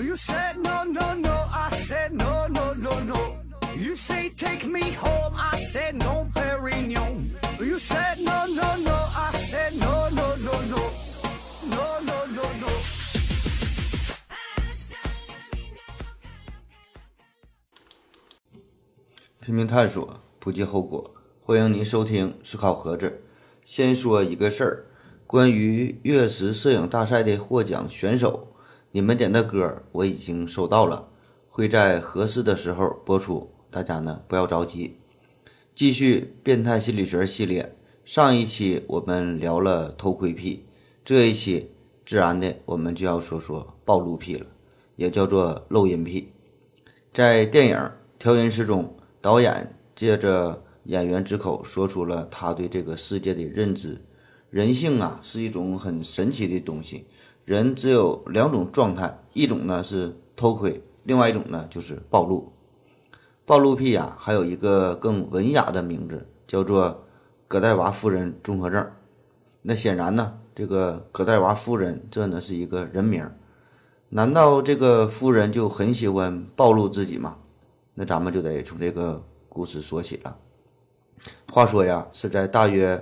You said no, no, no, I said no, no, no, no. You say take me home, I said no, Perignon. You said no, no, no, I said no, no, no, no. No, no, no, no. 拼命探索，不计后果。欢迎您收听思考盒子。先说一个事儿，关于月食摄影大赛的获奖选手，你们点的歌我已经收到了，会在合适的时候播出，大家呢不要着急。继续变态心理学系列，上一期我们聊了偷窥癖，这一期自然的我们就要说说暴露癖了，也叫做露阴癖。在电影《调音师》中，导演借着演员之口说出了他对这个世界的认知。人性啊是一种很神奇的东西，人只有两种状态，一种呢是偷窥，另外一种呢就是暴露。暴露癖啊还有一个更文雅的名字，叫做葛代娃夫人综合症。那显然呢，这个葛代娃夫人这呢是一个人名，难道这个夫人就很喜欢暴露自己吗？那咱们就得从这个故事说起了。话说呀，是在大约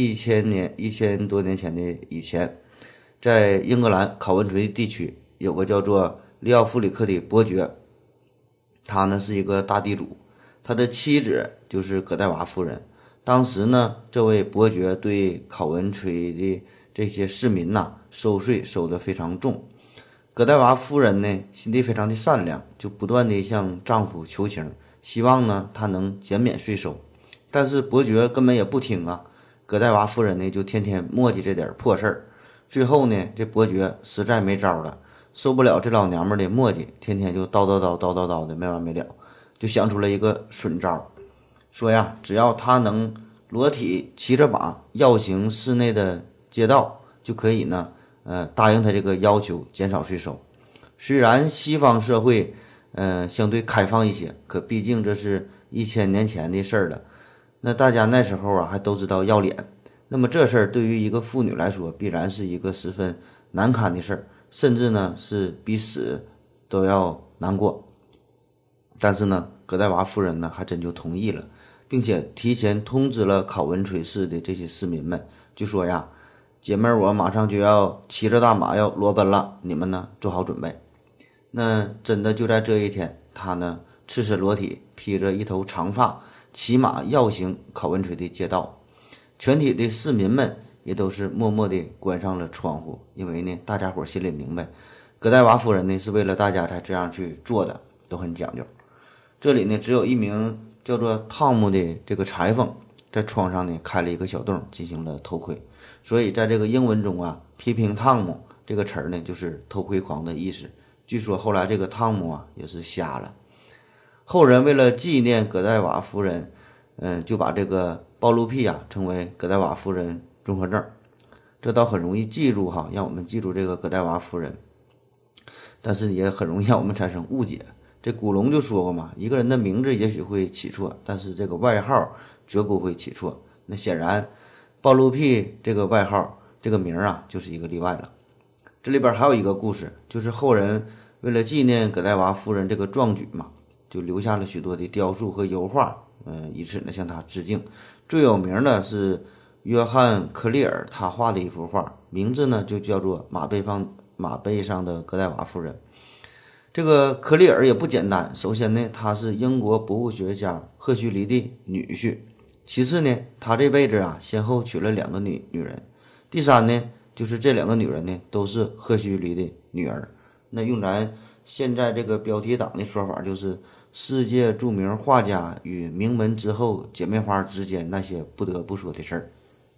1000多年前的以前，在英格兰考文垂地区有个叫做利奥弗里克的伯爵，他呢是一个大地主，他的妻子就是葛代娃夫人。当时呢，这位伯爵对考文垂的这些市民呐，收税收得非常重。葛代娃夫人呢，心地非常的善良，就不断的向丈夫求情，希望呢他能减免税收。但是伯爵根本也不听啊，葛代娃夫人呢就天天磨叽这点破事儿。最后呢，这伯爵实在没招了，受不了这老娘们的磨叽，天天就叨的没完没了，就想出了一个损招，说呀，只要他能裸体骑着马绕行市内的街道，就可以呢答应他这个要求，减少税收。虽然西方社会相对开放一些，可毕竟这是1000年前的事儿了，那大家那时候啊还都知道要脸。那么这事儿对于一个妇女来说，必然是一个十分难堪的事儿，甚至呢是比死都要难过。但是呢，葛代娃夫人呢还真就同意了，并且提前通知了考文垂市的这些市民们，就说呀，姐妹儿我马上就要骑着大马要裸奔了，你们呢做好准备。那真的就在这一天，他呢赤身裸体，披着一头长发，骑马绕行考文垂的街道。全体的市民们也都是默默地关上了窗户，因为呢大家伙心里明白，葛代娃夫人呢是为了大家才这样去做的，都很讲究。这里呢只有一名叫做汤姆的这个裁缝在窗上呢开了一个小洞，进行了偷窥。所以在这个英文中啊，批评汤姆这个词儿呢就是偷窥狂的意思。据说后来这个汤姆啊也是瞎了。后人为了纪念葛代娃夫人，就把这个暴露癖啊称为葛代娃夫人综合症。这倒很容易记住哈，让我们记住这个葛代娃夫人，但是也很容易让我们产生误解。这古龙就说过嘛，一个人的名字也许会起错，但是这个外号绝不会起错。那显然暴露癖这个外号这个名啊就是一个例外了。这里边还有一个故事，就是后人为了纪念葛代娃夫人这个壮举嘛，就留下了许多的雕塑和油画，以此呢向他致敬。最有名的是约翰克利尔他画的一幅画，名字呢就叫做马背上的葛代娃夫人。这个克利尔也不简单，首先呢他是英国博物学家赫胥黎的女婿，其次呢他这辈子啊先后娶了2个女人，第三呢就是这2个女人呢都是赫胥黎的女儿。那用咱现在这个标题党的说法，就是世界著名画家与名门之后姐妹花之间那些不得不说的事儿。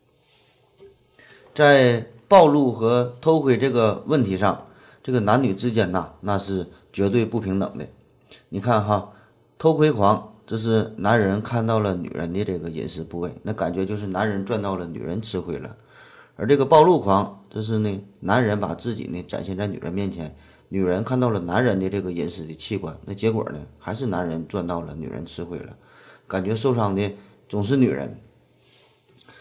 在暴露和偷窥这个问题上，这个男女之间呐，那是绝对不平等的。你看哈，偷窥狂，这是男人看到了女人的这个隐私部位，那感觉就是男人赚到了，女人吃亏了。而这个暴露狂，这是呢男人把自己呢展现在女人面前，女人看到了男人的这个隐私的器官，那结果呢还是男人赚到了，女人吃亏了，感觉受伤的总是女人。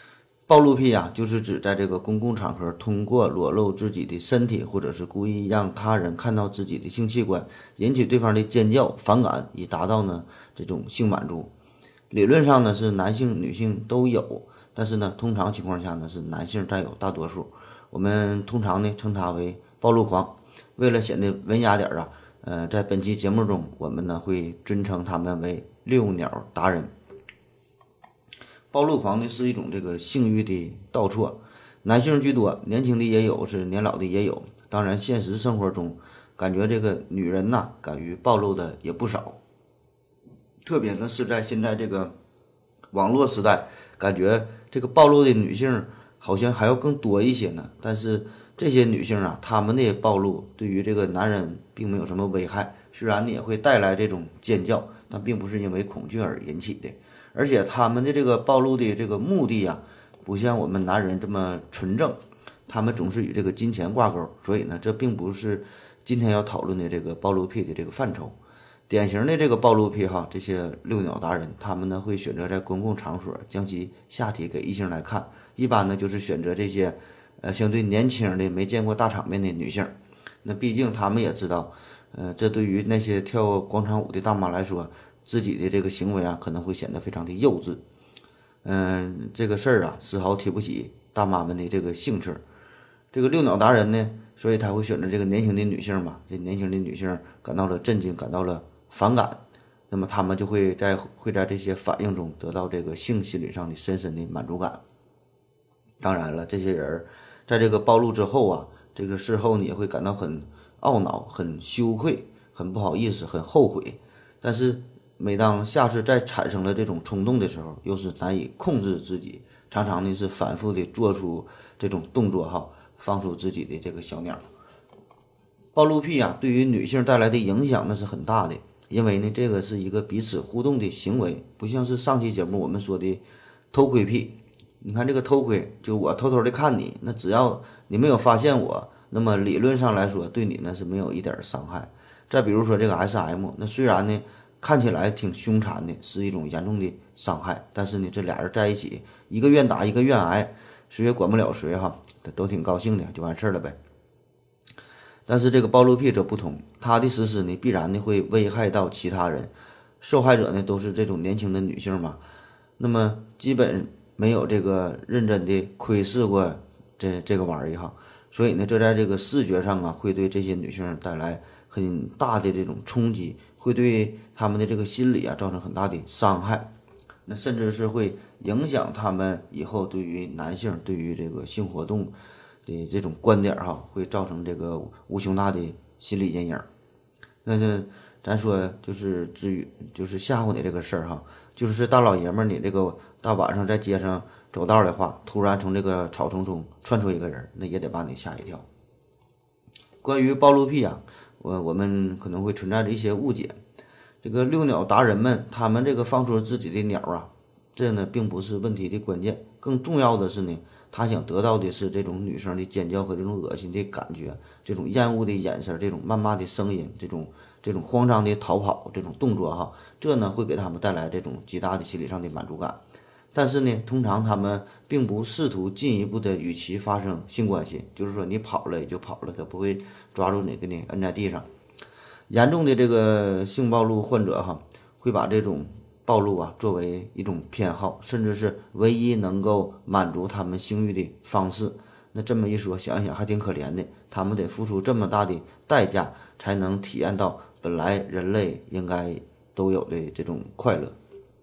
暴露癖啊，就是指在这个公共场合通过裸露自己的身体，或者是故意让他人看到自己的性器官，引起对方的尖叫、反感，以达到呢这种性满足。理论上呢是男性、女性都有，但是呢通常情况下呢是男性占有大多数。我们通常呢称他为暴露狂。为了显得文雅点啊，在本期节目中，我们呢会尊称他们为遛鸟达人。暴露狂呢是一种这个性欲的倒错，男性居多，年轻的也有，是年老的也有。当然，现实生活中，感觉这个女人呐，敢于暴露的也不少。特别呢是在现在这个网络时代，感觉这个暴露的女性好像还要更多一些呢。但是这些女性啊，她们的暴露对于这个男人并没有什么危害，虽然也会带来这种尖叫，但并不是因为恐惧而引起的。而且他们的这个暴露的这个目的啊，不像我们男人这么纯正，他们总是与这个金钱挂钩，所以呢，这并不是今天要讨论的这个暴露癖的这个范畴。典型的这个暴露癖哈，这些遛鸟达人，他们呢会选择在公共场所将其下体给异性来看，一般呢就是选择这些相对年轻的没见过大场面的女性。那毕竟他们也知道，这对于那些跳广场舞的大妈来说，自己的这个行为啊，可能会显得非常的幼稚。这个事儿啊，丝毫提不起大妈们的这个兴趣。这个遛鸟达人呢，所以他会选择这个年轻的女性嘛。这年轻的女性感到了震惊，感到了反感，那么他们就会在这些反应中得到这个性心理上的深深的满足感。当然了，这些人在这个暴露之后啊，这个事后你也会感到很懊恼、很羞愧、很不好意思、很后悔。但是每当下次再产生了这种冲动的时候，又是难以控制自己，常常呢是反复的做出这种动作哈，放出自己的这个小鸟。暴露癖啊，对于女性带来的影响那是很大的，因为呢这个是一个彼此互动的行为，不像是上期节目我们说的偷窥癖。你看这个偷窥，就我偷偷的看你，那只要你没有发现我，那么理论上来说对你呢是没有一点伤害。再比如说这个 SM， 那虽然呢看起来挺凶残的，是一种严重的伤害，但是呢这俩人在一起，一个愿打一个愿挨，谁也管不了谁哈，都挺高兴的，就完事儿了呗。但是这个暴露癖则不同，他的实施呢必然呢会危害到其他人，受害者呢都是这种年轻的女性嘛，那么基本没有这个认真的窥视过这个玩意哈，所以呢这在这个视觉上啊会对这些女性带来很大的这种冲击，会对他们的这个心理啊造成很大的伤害，那甚至是会影响他们以后对于男性对于这个性活动的这种观点哈，会造成这个无穷大的心理阴影。那咱说就是至于就是吓唬你这个事儿哈，就是大老爷们儿你这个大晚上在街上走道的话，突然从这个草丛中窜出一个人，那也得把你吓一跳。关于暴露癖啊，我们可能会存在着一些误解。这个遛鸟达人们，他们这个放出自己的鸟啊，这呢并不是问题的关键，更重要的是呢，他想得到的是这种女生的尖叫和这种恶心的感觉，这种厌恶的眼神，这种谩骂的声音，这种慌张的逃跑，这种动作哈，这呢会给他们带来这种极大的心理上的满足感。但是呢，通常他们并不试图进一步的与其发生性关系，就是说你跑了也就跑了，他不会抓住你给你摁在地上。严重的这个性暴露患者哈，会把这种暴露啊作为一种偏好，甚至是唯一能够满足他们性欲的方式。那这么一说，想一想还挺可怜的，他们得付出这么大的代价，才能体验到本来人类应该都有的这种快乐。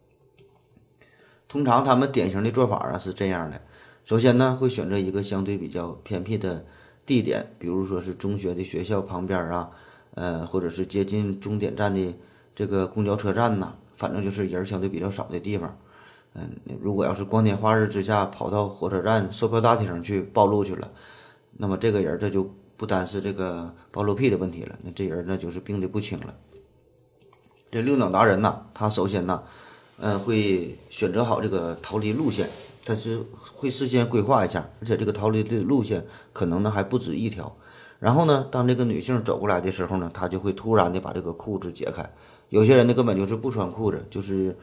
通常他们典型的做法啊是这样的，首先呢会选择一个相对比较偏僻的地点，比如说是中学的学校旁边啊，或者是接近终点站的这个公交车站呐，反正就是人相对比较少的地方。如果要是光天化日之下跑到火车站售票大厅去暴露去了，那么这个人这就不单是这个暴露癖的问题了，那这人呢就是病得不轻了。这遛鸟达人呐，他首先呢，会选择好这个逃离路线，但是会事先规划一下，而且这个逃离的路线可能呢还不止一条。然后呢，当这个女性走过来的时候呢，他就会突然的把这个裤子解开。有些人呢根本就是不穿裤子，就是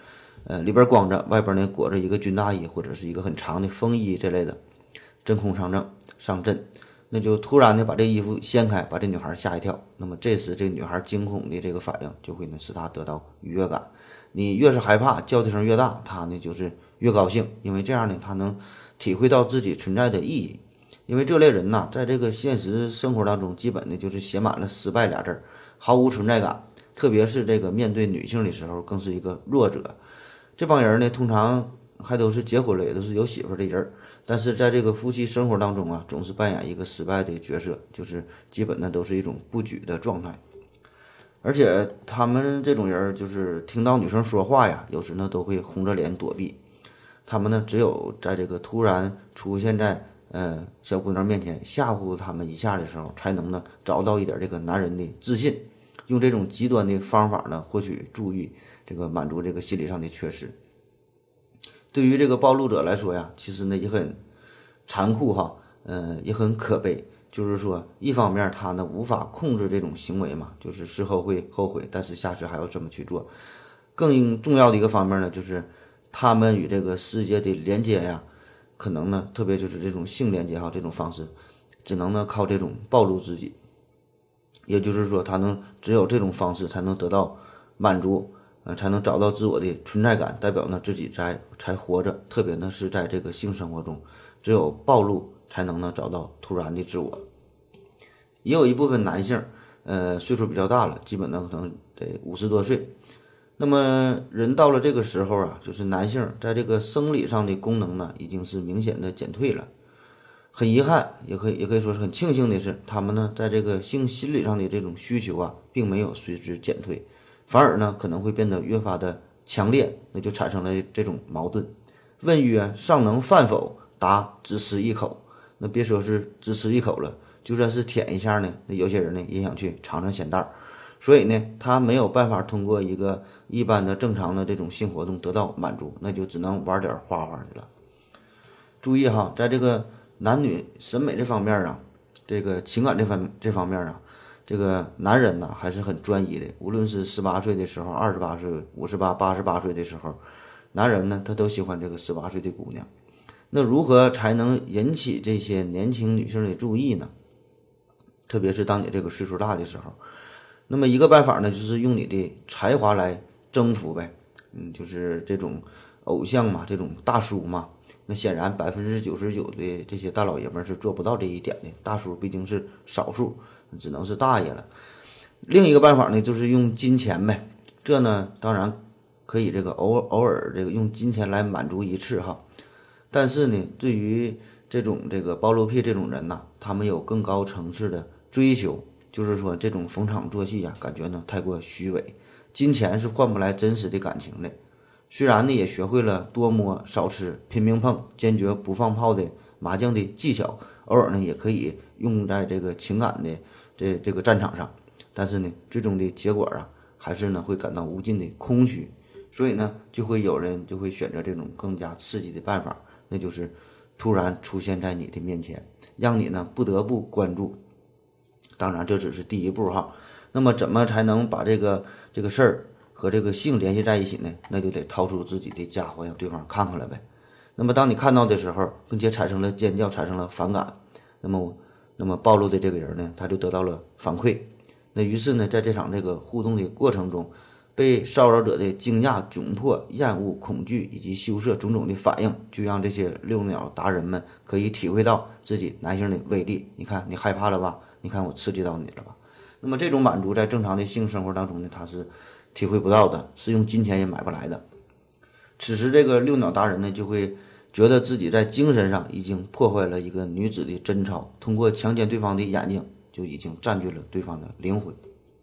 里边光着，外边呢裹着一个军大衣或者是一个很长的风衣这类的，真空上阵，那就突然的把这衣服掀开，把这女孩吓一跳。那么这时这女孩惊恐的这个反应就会呢使她得到愉悦感。你越是害怕，叫的声越大，她呢就是越高兴，因为这样呢她能体会到自己存在的意义。因为这类人呐，在这个现实生活当中，基本的就是写满了失败俩字儿，毫无存在感。特别是这个面对女性的时候，更是一个弱者。这帮人呢，通常还都是结婚了，也都是有媳妇的人，但是在这个夫妻生活当中啊，总是扮演一个失败的角色，就是基本呢都是一种不举的状态。而且他们这种人，就是听到女生说话呀，有时呢都会红着脸躲避。他们呢，只有在这个突然出现在小姑娘面前吓唬他们一下的时候，才能呢找到一点这个男人的自信，用这种极端的方法呢获取注意，这个满足这个心理上的缺失。对于这个暴露者来说呀，其实呢也很残酷哈，也很可悲。就是说，一方面他呢无法控制这种行为嘛，就是事后会后悔，但是下次还要这么去做。更重要的一个方面呢，就是他们与这个世界的连接呀，可能呢，特别就是这种性连接哈，这种方式，只能呢靠这种暴露自己。也就是说，只有这种方式才能得到满足，才能找到自我的存在感，代表呢自己才活着。特别呢是在这个性生活中，只有暴露才能呢找到突然的自我。也有一部分男性，岁数比较大了，基本呢可能得50多岁。那么人到了这个时候啊，就是男性在这个生理上的功能呢，已经是明显的减退了。很遗憾，也可以说是很庆幸的是，他们呢在这个性心理上的这种需求啊，并没有随之减退，反而呢可能会变得越发的强烈，那就产生了这种矛盾。问曰：尚能饭否？答：只吃一口。那别说是只吃一口了，就算是舔一下呢，那有些人呢也想去尝尝鲜蛋。所以呢，他没有办法通过一个一般的正常的这种性活动得到满足，那就只能玩点花花的了。注意哈，在这个男女审美这方面啊，这个情感这方面啊，这个男人呢还是很专一的。无论是18岁的时候、28岁、58、88岁的时候，男人呢他都喜欢这个18岁的姑娘。那如何才能引起这些年轻女性的注意呢？特别是当你这个岁数大的时候，那么一个办法呢，就是用你的才华来征服呗。就是这种偶像嘛，这种大叔嘛。那显然99%的这些大老爷们是做不到这一点的，大叔毕竟是少数，只能是大爷了。另一个办法呢，就是用金钱呗。这呢，当然可以这个偶尔这个用金钱来满足一次哈。但是呢，对于这个暴露癖这种人呐，他们有更高层次的追求，就是说这种逢场作戏啊，感觉呢太过虚伪，金钱是换不来真实的感情的。虽然呢也学会了多摸少吃、拼命碰、坚决不放炮的麻将的技巧，偶尔呢也可以用在这个情感的这个战场上，但是呢最终的结果啊，还是呢会感到无尽的空虚。所以呢，就会有人就会选择这种更加刺激的办法，那就是突然出现在你的面前，让你呢不得不关注。当然这只是第一步哈。那么怎么才能把这个事儿和这个性联系在一起呢？那就得掏出自己的家伙让对方看看了呗。那么当你看到的时候，并且产生了尖叫，产生了反感，那么暴露的这个人呢，他就得到了反馈。那于是呢，在这场这个互动的过程中，被骚扰者的惊讶、窘迫、厌恶、恐惧以及羞涩种种的反应，就让这些遛鸟达人们可以体会到自己男性的威力。你看，你害怕了吧？你看我刺激到你了吧？那么这种满足在正常的性生活当中呢，它是体会不到的，是用金钱也买不来的。此时这个遛鸟达人呢，就会觉得自己在精神上已经破坏了一个女子的贞操，通过强奸对方的眼睛，就已经占据了对方的灵魂。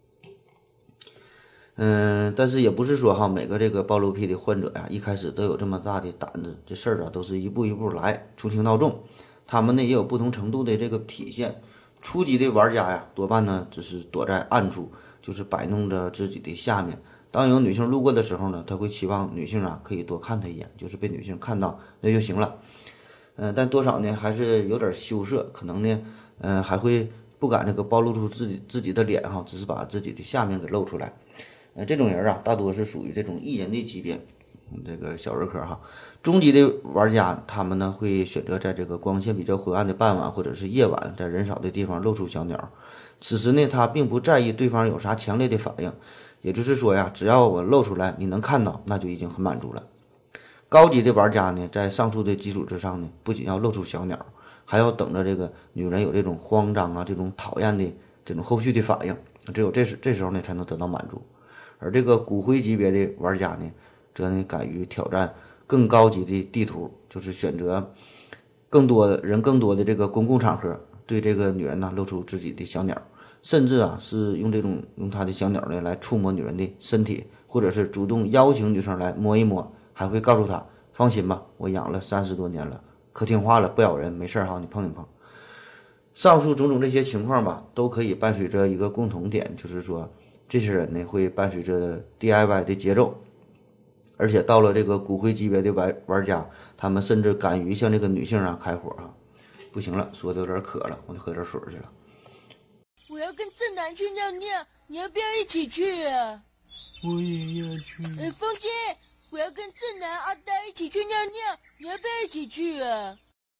但是也不是说哈，每个这个暴露癖的患者呀，一开始都有这么大的胆子，这事儿啊都是一步一步来，从轻到重。他们呢也有不同程度的这个体现。初级的玩家呀，多半呢只是躲在暗处，就是摆弄着自己的下面。当有女性路过的时候呢，他会期望女性啊可以多看他一眼，就是被女性看到那就行了。但多少呢还是有点羞涩，可能呢还会不敢这个暴露出自己的脸哈，只是把自己的下面给露出来。这种人啊，大多是属于这种艺人的级别。 这个小儿科哈。中级的玩家，他们呢会选择在这个光线比较昏暗的傍晚或者是夜晚，在人少的地方露出小鸟。此时呢，他并不在意对方有啥强烈的反应，也就是说呀，只要我露出来，你能看到，那就已经很满足了。高级的玩家呢，在上述的基础之上呢，不仅要露出小鸟，还要等着这个女人有这种慌张啊、这种讨厌的这种后续的反应，只有这时候呢，才能得到满足。而这个骨灰级别的玩家呢，则呢敢于挑战更高级的地图，就是选择更多的这个公共场合，对这个女人呢露出自己的小鸟，甚至啊是用他的小鸟呢来触摸女人的身体，或者是主动邀请女生来摸一摸，还会告诉她放心吧，我养了30多年了，可听话了，不咬人，没事哈，你碰一碰。上述种种这些情况吧，都可以伴随着一个共同点，就是说这些人呢会伴随着 DIY 的节奏，而且到了这个骨灰级别的玩家，他们甚至敢于向这个女性啊开火啊！不行了，说的有点渴了，我就喝点水去了。 我要跟正南去尿尿，你要不要一起去啊？ 我也要去。 风姐，我要跟正南、阿呆一起去尿尿，你要不要一起去啊？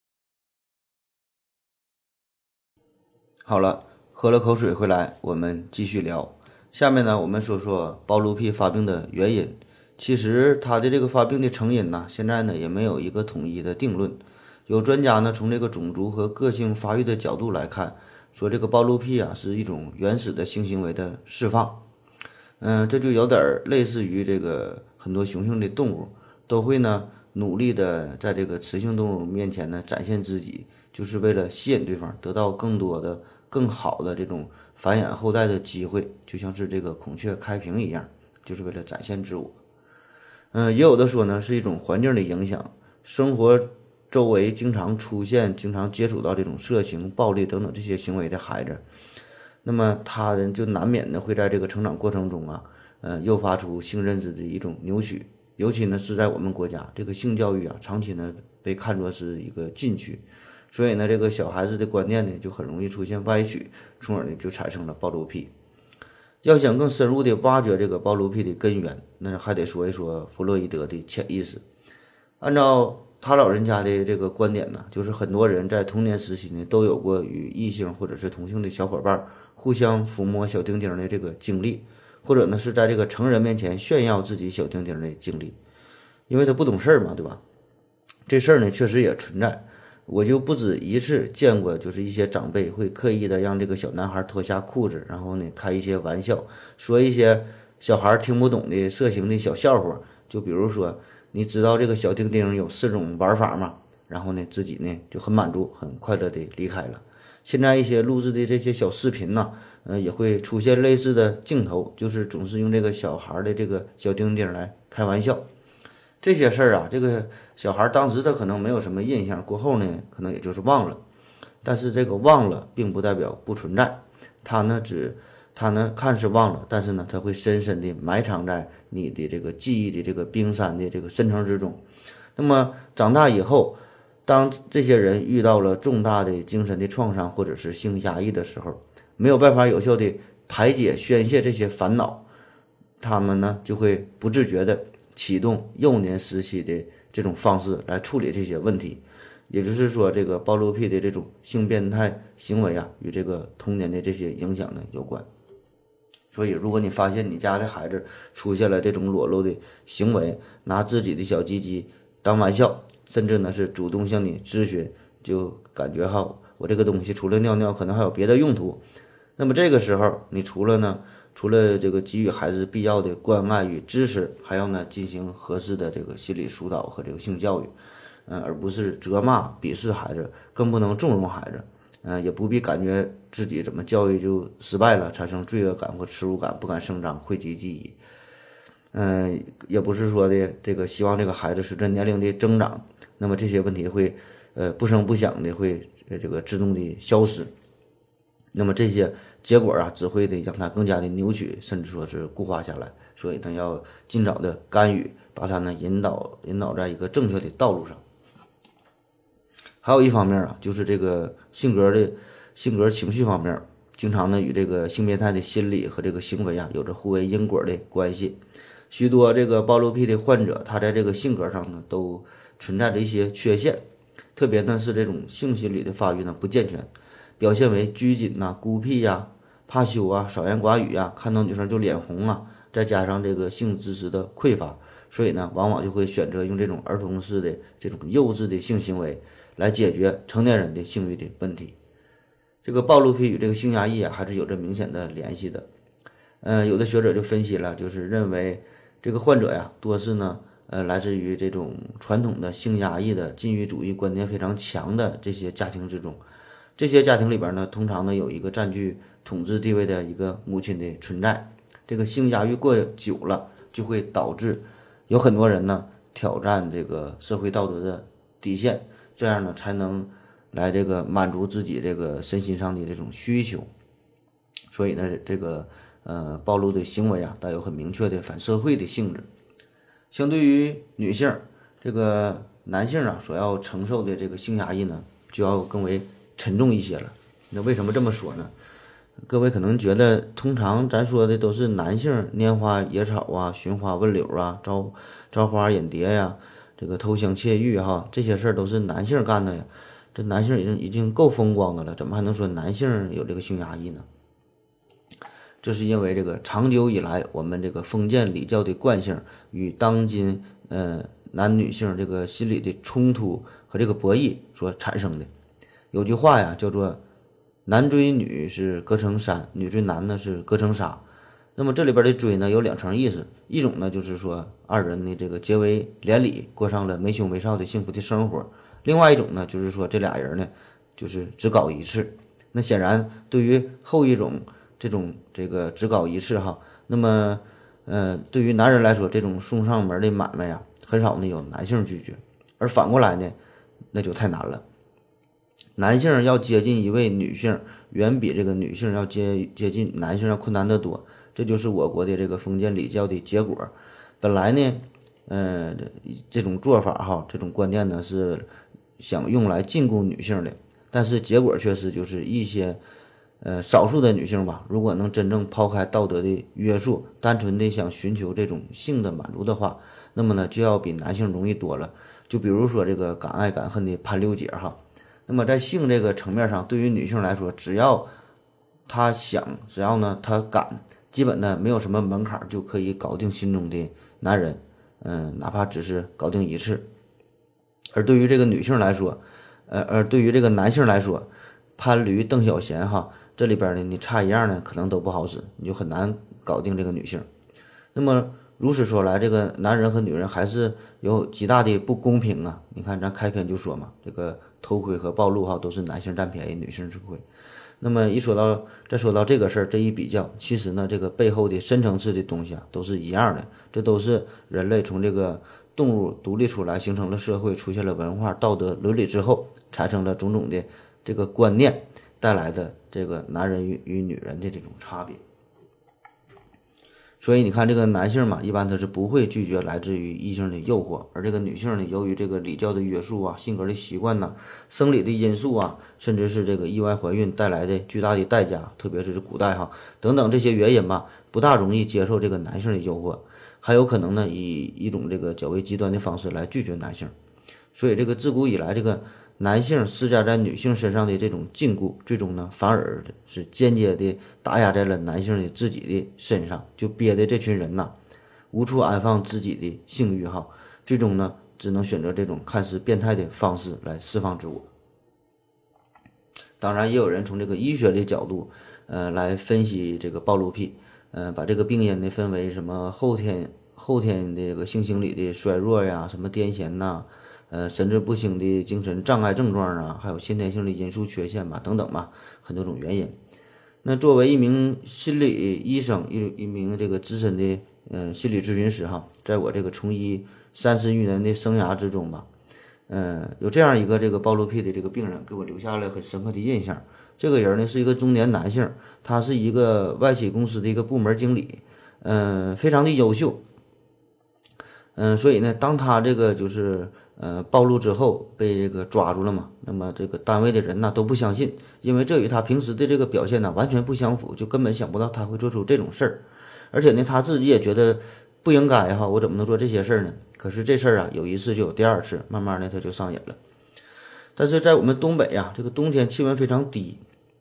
好了，喝了口水回来，我们继续聊。下面呢，我们说说暴露癖发病的原因。其实它的这个发病的成因呢，现在呢也没有一个统一的定论。有专家呢从这个种族和个性发育的角度来看，说这个暴露癖啊是一种原始的性行为的释放。这就有点类似于这个很多雄性的动物都会呢努力的在这个雌性动物面前呢展现自己，就是为了吸引对方，得到更多的、更好的这种繁衍后代的机会，就像是这个孔雀开屏一样，就是为了展现自我。也有的说呢是一种环境的影响，生活周围经常出现、经常接触到这种色情、暴力等等这些行为的孩子，那么他人就难免的会在这个成长过程中啊，诱发出性认知的一种扭曲。尤其呢是在我们国家，这个性教育啊，长期呢被看作是一个禁区，所以呢这个小孩子的观念呢就很容易出现歪曲，从而呢就产生了暴露癖。要想更深入的挖掘这个暴露癖的根源，那还得说一说弗洛伊德的潜意识。按照他老人家的这个观点呢，就是很多人在童年时期呢都有过与异性或者是同性的小伙伴互相抚摸小丁丁的这个经历，或者呢是在这个成人面前炫耀自己小丁丁的经历，因为他不懂事儿嘛，对吧？这事儿呢确实也存在，我就不止一次见过，就是一些长辈会刻意的让这个小男孩脱下裤子，然后呢开一些玩笑，说一些小孩听不懂的色情的小笑话，就比如说你知道这个小丁丁有4种玩法吗？然后呢自己呢就很满足很快乐的离开了。现在一些录制的这些小视频呢，也会出现类似的镜头，就是总是用这个小孩的这个小丁丁来开玩笑。这些事儿啊，这个小孩当时他可能没有什么印象，过后呢可能也就是忘了，但是这个忘了并不代表不存在，他呢看似忘了，但是呢他会深深地埋藏在你的这个记忆的这个冰山的这个深层之中。那么长大以后，当这些人遇到了重大的精神的创伤或者是性压抑的时候，没有办法有效的排解宣泄这些烦恼，他们呢就会不自觉的启动幼年时期的这种方式来处理这些问题。也就是说，这个暴露癖的这种性变态行为啊，与这个童年的这些影响呢有关。所以如果你发现你家的孩子出现了这种裸露的行为，拿自己的小鸡鸡当玩笑，甚至呢是主动向你咨询，就感觉哈，我这个东西除了尿尿可能还有别的用途，那么这个时候你除了这个给予孩子必要的关爱与支持，还要呢进行合适的这个心理疏导和这个性教育，而不是责骂鄙视孩子，更不能纵容孩子，也不必感觉自己怎么教育就失败了，产生罪恶感或耻辱感，不敢声张，讳疾忌医。也不是说的这个希望这个孩子随着年龄的增长，那么这些问题会不声不响的会这个自动的消失。那么这些结果啊，只会的让它更加的扭曲，甚至说是固化下来。所以呢，要尽早的干预，把它呢引导在一个正确的道路上。还有一方面啊，就是这个性格情绪方面，经常呢与这个性变态的心理和这个行为啊有着互为因果的关系。 许多这个暴露癖的患者，他在这个性格上呢都存在着一些缺陷，特别呢是这种性心理的发育呢不健全，表现为拘谨呐、孤僻呀、怕羞啊、少言寡语呀，看到女生就脸红啊，再加上这个性知识的匮乏，所以呢往往就会选择用这种儿童式的这种幼稚的性行为来解决成年人的性欲的问题。这个暴露癖与这个性压抑啊还是有着明显的联系的。有的学者就分析了，就是认为这个患者呀多是呢来自于这种传统的性压抑的禁欲主义观念非常强的这些家庭之中。这些家庭里边呢，通常呢有一个占据统治地位的一个母亲的存在。这个性压抑过久了，就会导致有很多人呢挑战这个社会道德的底线，这样呢才能来这个满足自己这个身心上的这种需求。所以呢，这个暴露的行为啊，带有很明确的反社会的性质。相对于女性，这个男性啊所要承受的这个性压抑呢，就要更为沉重一些了。那为什么这么说呢？各位可能觉得，通常咱说的都是男性拈花野草啊、寻花问柳啊、招花引蝶呀、这个偷香窃玉哈，这些事儿都是男性干的呀。这男性已经够风光的了，怎么还能说男性有这个性压抑呢？这是因为这个长久以来我们这个封建礼教的惯性与当今男女性这个心理的冲突和这个博弈所产生的。有句话呀叫做男追女是隔层山，女追男呢是隔层纱。那么这里边的追呢有两层意思，一种呢就是说二人呢这个结为连理，过上了没羞没臊的幸福的生活，另外一种呢就是说这俩人呢就是只搞一次。那显然对于后一种这个只搞一次哈，那么对于男人来说，这种送上门的买卖呀，很少呢有男性拒绝，而反过来呢那就太难了。男性要接近一位女性，远比这个女性要接近男性要困难得多，这就是我国的这个封建礼教的结果。本来呢，这种做法哈，这种观念呢是想用来禁锢女性的，但是结果却是就是一些少数的女性吧，如果能真正抛开道德的约束，单纯的想寻求这种性的满足的话，那么呢就要比男性容易多了。就比如说这个敢爱敢恨的潘六姐哈。那么在性这个层面上，对于女性来说，只要她想，只要呢她敢，基本呢没有什么门槛就可以搞定心中的男人，哪怕只是搞定一次。而对于这个女性来说，而对于这个男性来说，潘驴邓小闲哈，这里边呢你差一样呢可能都不好使，你就很难搞定这个女性。那么如此说来，这个男人和女人还是有极大的不公平啊！你看咱开篇就说嘛，这个偷窥和暴露哈都是男性占便宜，女性吃亏。那么再说到这个事儿，这一比较，其实呢这个背后的深层次的东西啊都是一样的，这都是人类从这个动物独立出来，形成了社会，出现了文化、道德、伦理之后，产生了种种的这个观念带来的这个男人与女人的这种差别。所以你看这个男性嘛，一般他是不会拒绝来自于异性的诱惑，而这个女性呢，由于这个礼教的约束啊、性格的习惯呐、生理的因素啊，甚至是这个意外怀孕带来的巨大的代价，特别是古代哈等等这些原因吧，不大容易接受这个男性的诱惑，还有可能呢以一种这个较为极端的方式来拒绝男性。所以这个自古以来这个男性施加在女性身上的这种禁锢，最终呢反而是间接的打压在了男性的自己的身上，就憋的这群人呐无处安放自己的性欲哈，最终呢只能选择这种看似变态的方式来释放自我。当然也有人从这个医学的角度来分析这个暴露癖，把这个病因呢分为什么后天这个性心理的衰弱呀，什么癫痫呐，神志不清的精神障碍症状啊，还有先天性的因素缺陷吧，等等吧，很多种原因。那作为一名心理医生，一名这个资深的心理咨询师哈，在我这个从医30余年的生涯之中吧，有这样一个这个暴露癖的这个病人，给我留下了很深刻的印象。这个人呢是一个中年男性，他是一个外企公司的一个部门经理，非常的优秀。所以呢，当他这个就是暴露之后被这个抓住了嘛，那么这个单位的人呢都不相信，因为这与他平时的这个表现呢完全不相符，就根本想不到他会做出这种事儿。而且呢，他自己也觉得不应该哈，我怎么能做这些事儿呢？可是这事儿啊，有一次就有第二次，慢慢的他就上瘾了。但是在我们东北啊，这个冬天气温非常低，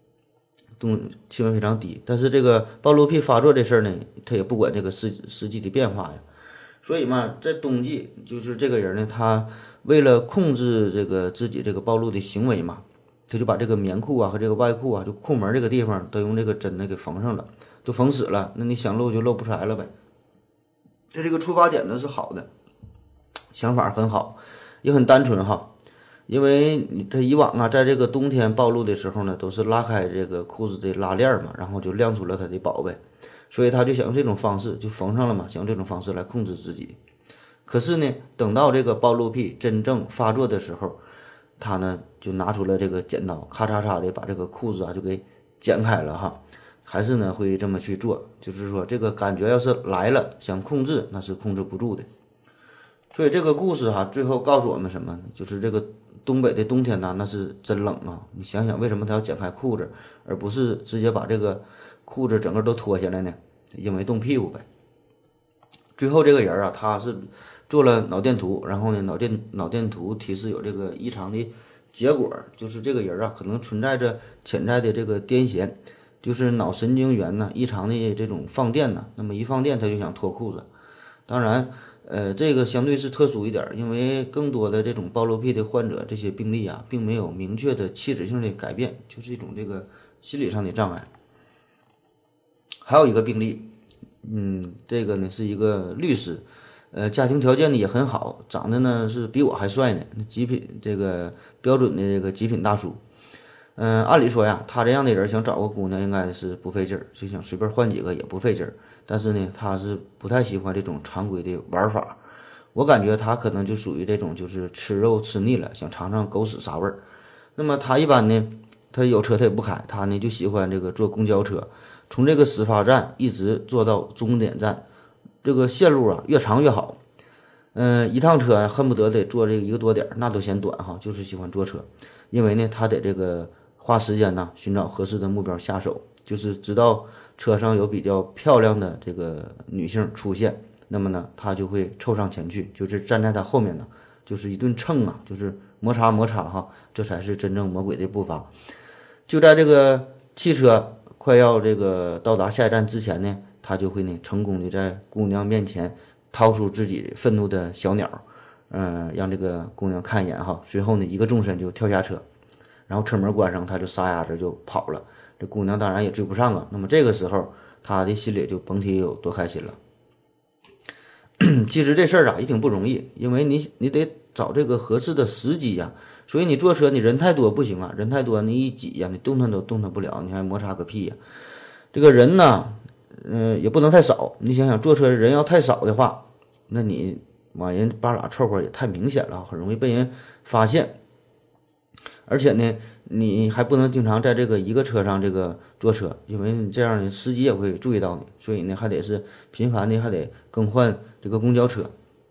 但是这个暴露癖发作这事儿呢，他也不管这个四季的变化呀。所以嘛，在冬季，就是这个人呢，他为了控制这个自己这个暴露的行为嘛，他就把这个棉裤啊和这个外裤啊，就裤门这个地方都用这个针呢给缝上了，都缝死了。那你想露就露不出来了呗。这个出发点呢是好的，想法很好，也很单纯哈。因为他以往啊，在这个冬天暴露的时候呢，都是拉开这个裤子的拉链嘛，然后就亮出了他的宝贝，所以他就想用这种方式就缝上了嘛，想用这种方式来控制自己。可是呢，等到这个暴露癖真正发作的时候，他呢就拿出了这个剪刀，咔嚓嚓的把这个裤子啊就给剪开了哈。还是呢会这么去做，就是说这个感觉要是来了，想控制那是控制不住的。所以这个故事哈，最后告诉我们什么呢？就是这个东北的冬天呢，那是真冷啊！你想想，为什么他要剪开裤子，而不是直接把这个裤子整个都脱下来呢？因为冻屁股呗。最后这个人啊，他是做了脑电图，然后呢，脑电图提示有这个异常的结果，就是这个人啊，可能存在着潜在的这个癫痫，就是脑神经元呢异常的这种放电呢。那么一放电，他就想脱裤子。当然。这个相对是特殊一点，因为更多的这种暴露癖的患者，这些病例啊，并没有明确的器质性的改变，就是一种这个心理上的障碍。还有一个病例，这个呢是一个律师，家庭条件呢也很好，长得呢是比我还帅呢，极品这个标准的这个极品大叔。按理说呀，他这样的人想找个姑娘应该是不费劲儿，就想随便换几个也不费劲儿。但是呢，他是不太喜欢这种常规的玩法。我感觉他可能就属于这种，就是吃肉吃腻了，想尝尝狗屎啥味儿。那么他一般呢，他有车他也不开，他呢就喜欢这个坐公交车，从这个始发站一直坐到终点站，这个线路啊越长越好。一趟车恨不得得坐这个1个多点，那都嫌短哈，就是喜欢坐车，因为呢他得这个花时间呢寻找合适的目标下手，就是直到车上有比较漂亮的这个女性出现，那么呢，他就会凑上前去，就是站在他后面呢，就是一顿蹭啊，就是摩擦哈，这才是真正魔鬼的步伐。就在这个汽车快要这个到达下一站之前呢，他就会呢成功的在姑娘面前掏出自己愤怒的小鸟，让这个姑娘看一眼哈，随后呢一个纵身就跳下车，然后车门关上，他就撒丫子就跑了。这姑娘当然也追不上啊，那么这个时候他的心里就甭提有多开心了。其实这事儿啊也挺不容易，因为你得找这个合适的时机呀。所以你坐车你人太多不行啊，人太多你一挤呀，你动弹都动弹不了，你还摩擦个屁呀。这个人呢，也不能太少。你想想坐车人要太少的话，那你往人巴拉凑合也太明显了，很容易被人发现。而且呢，你还不能经常在这个一个车上这个坐车，因为你这样的司机也会注意到你，所以呢还得是频繁的还得更换这个公交车。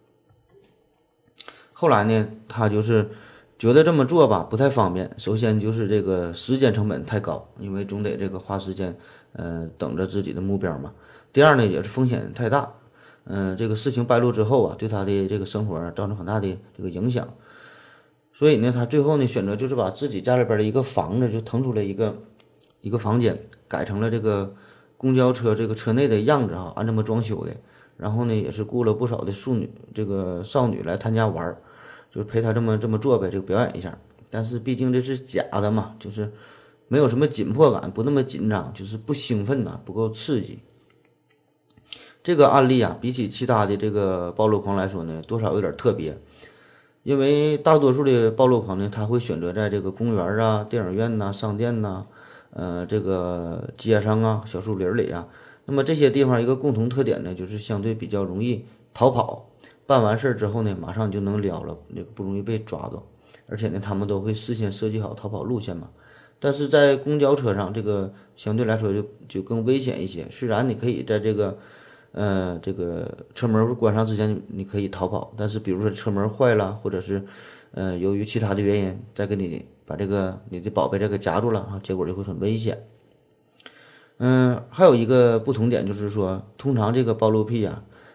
后来呢，他就是觉得这么做吧不太方便，首先就是这个时间成本太高，因为总得这个花时间等着自己的目标嘛。第二呢，也是风险太大，这个事情败露之后啊，对他的这个生活造成很大的这个影响。所以呢，他最后呢选择就是把自己家里边的一个房子就腾出来一个房间，改成了这个公交车这个车内的样子哈，按这么装修的。然后呢，也是雇了不少的少女来他家玩，就是陪他这么做呗，就表演一下。但是毕竟这是假的嘛，就是没有什么紧迫感，不那么紧张，就是不兴奋呐，不够刺激。这个案例啊，比起其他的这个暴露狂来说呢，多少有点特别。因为大多数的暴露狂呢，他会选择在这个公园啊、电影院呐、商店呐、这个街上啊、小树林里啊，那么这些地方一个共同特点呢，就是相对比较容易逃跑。办完事儿之后呢，马上就能撩了，那个不容易被抓到。而且呢，他们都会事先设计好逃跑路线嘛。但是在公交车上，这个相对来说就更危险一些。虽然你可以在这个车门关上之前你可以逃跑，但是比如说车门坏了，或者是由于其他的原因再给你把这个你的宝贝这个夹住了啊，结果就会很危险。还有一个不同点就是说，通常这个暴露癖啊，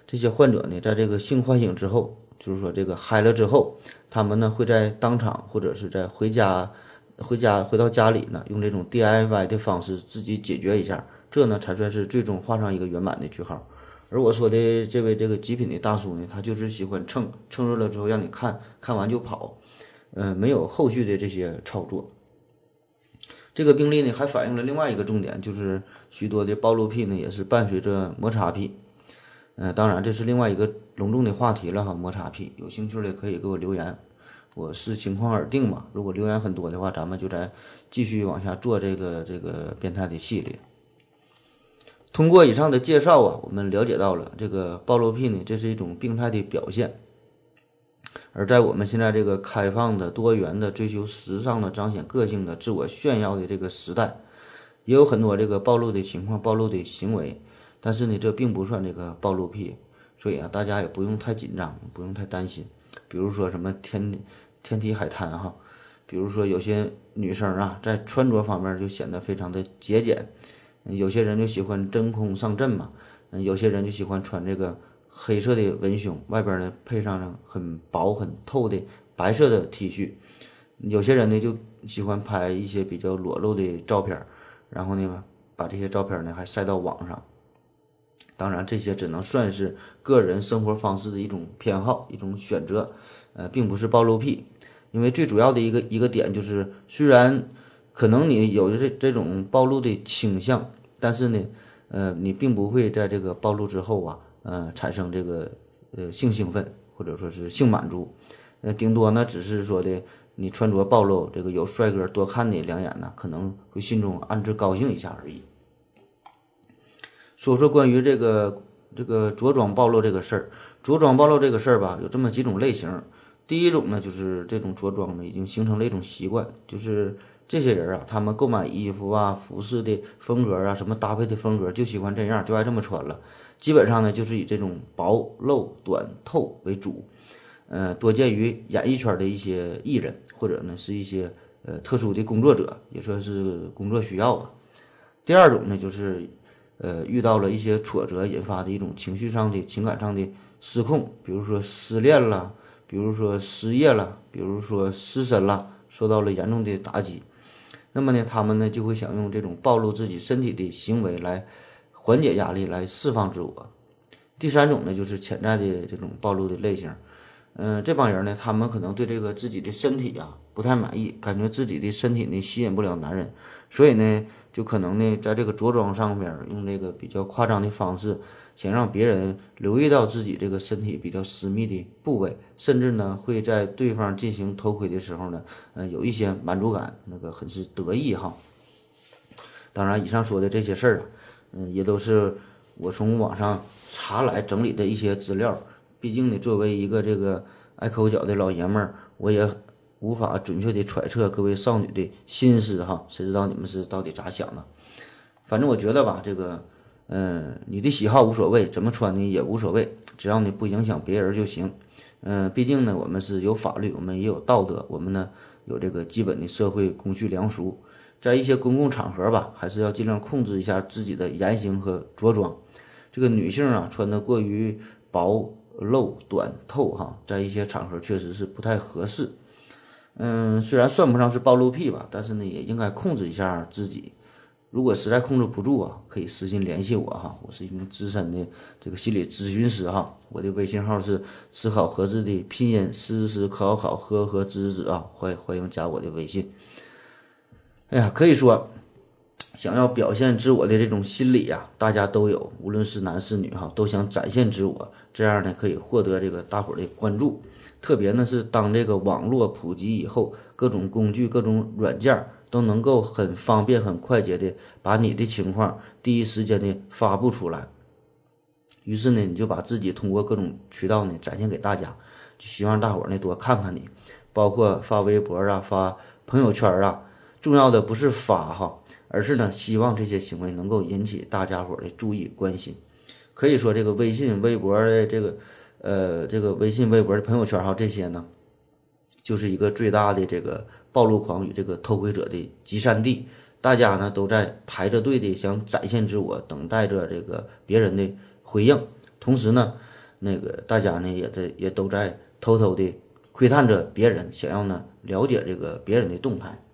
这些患者呢，在这个性唤醒之后，就是说这个嗨了之后，他们呢会在当场或者是在回到家里呢，用这种 DIY 的方式自己解决一下，这呢才算是最终画上一个圆满的句号。而我说的这位这个极品的大叔呢，他就是喜欢蹭热了之后让你看完就跑，没有后续的这些操作。这个病例呢还反映了另外一个重点，就是许多的暴露癖呢也是伴随着摩擦癖。当然这是另外一个隆重的话题了哈，摩擦癖，有兴趣的可以给我留言，我视情况而定嘛。如果留言很多的话，咱们就再继续往下做这个变态的系列。通过以上的介绍啊，我们了解到了这个暴露癖呢，这是一种病态的表现。而在我们现在这个开放的、多元的、追求时尚的、彰显个性的、自我炫耀的这个时代，也有很多这个暴露的情况、暴露的行为。但是呢，这并不算这个暴露癖，所以啊，大家也不用太紧张，不用太担心。比如说什么天体海滩哈，比如说有些女生啊，在穿着方面就显得非常的节俭，有些人就喜欢真空上阵嘛，有些人就喜欢穿这个黑色的文胸，外边呢配上很薄很透的白色的 T 恤，有些人呢就喜欢拍一些比较裸露的照片，然后呢把这些照片呢还晒到网上。当然这些只能算是个人生活方式的一种偏好，一种选择，并不是暴露癖。因为最主要的一个点就是，虽然可能你有这种暴露的倾向，但是呢你并不会在这个暴露之后啊产生这个性兴奋或者说是性满足，顶多呢只是说的你穿着暴露，这个有帅哥多看你两眼呢，可能会心中暗自高兴一下而已。说说关于这个着装暴露这个事儿，着装暴露这个事儿吧，有这么几种类型。第一种呢，就是这种着装呢已经形成了一种习惯，就是这些人啊，他们购买衣服啊、服饰的风格啊、什么搭配的风格，就喜欢这样，就爱这么穿了。基本上呢，就是以这种薄、露、短、透为主，多见于演艺圈的一些艺人，或者呢是一些特殊的工作者，也算是工作需要吧。第二种呢，就是遇到了一些挫折引发的一种情绪上的、情感上的失控，比如说失恋了，比如说失业了，比如说失身了，受到了严重的打击。那么呢，他们呢就会想用这种暴露自己身体的行为来缓解压力，来释放自我。第三种呢，就是潜在的这种暴露的类型。这帮人呢，他们可能对这个自己的身体啊不太满意，感觉自己的身体呢吸引不了男人，所以呢，就可能呢在这个着装上面用这个比较夸张的方式，想让别人留意到自己这个身体比较私密的部位，甚至呢会在对方进行偷窥的时候呢，有一些满足感，那个很是得意哈。当然，以上说的这些事儿啊，也都是我从网上查来整理的一些资料。毕竟呢，作为一个这个爱抠脚的老爷们儿，我也无法准确的揣测各位少女的心思哈，谁知道你们是到底咋想的？反正我觉得吧，这个你的喜好无所谓，怎么穿呢也无所谓，只要你不影响别人就行。毕竟呢，我们是有法律，我们也有道德，我们呢有这个基本的社会公序良俗，在一些公共场合吧，还是要尽量控制一下自己的言行和着装。这个女性啊，穿得过于薄、露、短、透哈，在一些场合确实是不太合适。虽然算不上是暴露癖吧，但是呢，也应该控制一下自己。如果实在控制不住啊，可以私信联系我哈，我是一名资深的这个心理咨询师哈，我的微信号是思考盒子的拼音思考呵呵子啊，欢迎加我的微信。哎呀，可以说想要表现自我的这种心理呀，大家都有，无论是男是女哈，都想展现自我，这样呢可以获得这个大伙儿的关注。特别呢是当这个网络普及以后，各种工具、各种软件都能够很方便、很快捷的把你的情况第一时间的发布出来。于是呢，你就把自己通过各种渠道呢展现给大家，就希望大伙儿呢多看看你，包括发微博啊、发朋友圈啊。重要的不是发哈，而是呢希望这些行为能够引起大家伙儿的注意关心。可以说这个微信、微博的这个微信、微博的朋友圈哈，这些呢，就是一个最大的这个暴露狂与这个偷窥者的集散地。大家呢都在排着队的想展现自我，等待着这个别人的回应。同时呢， 那个大家呢也都在偷偷的窥探着别人，想要呢了解这个别人的动态。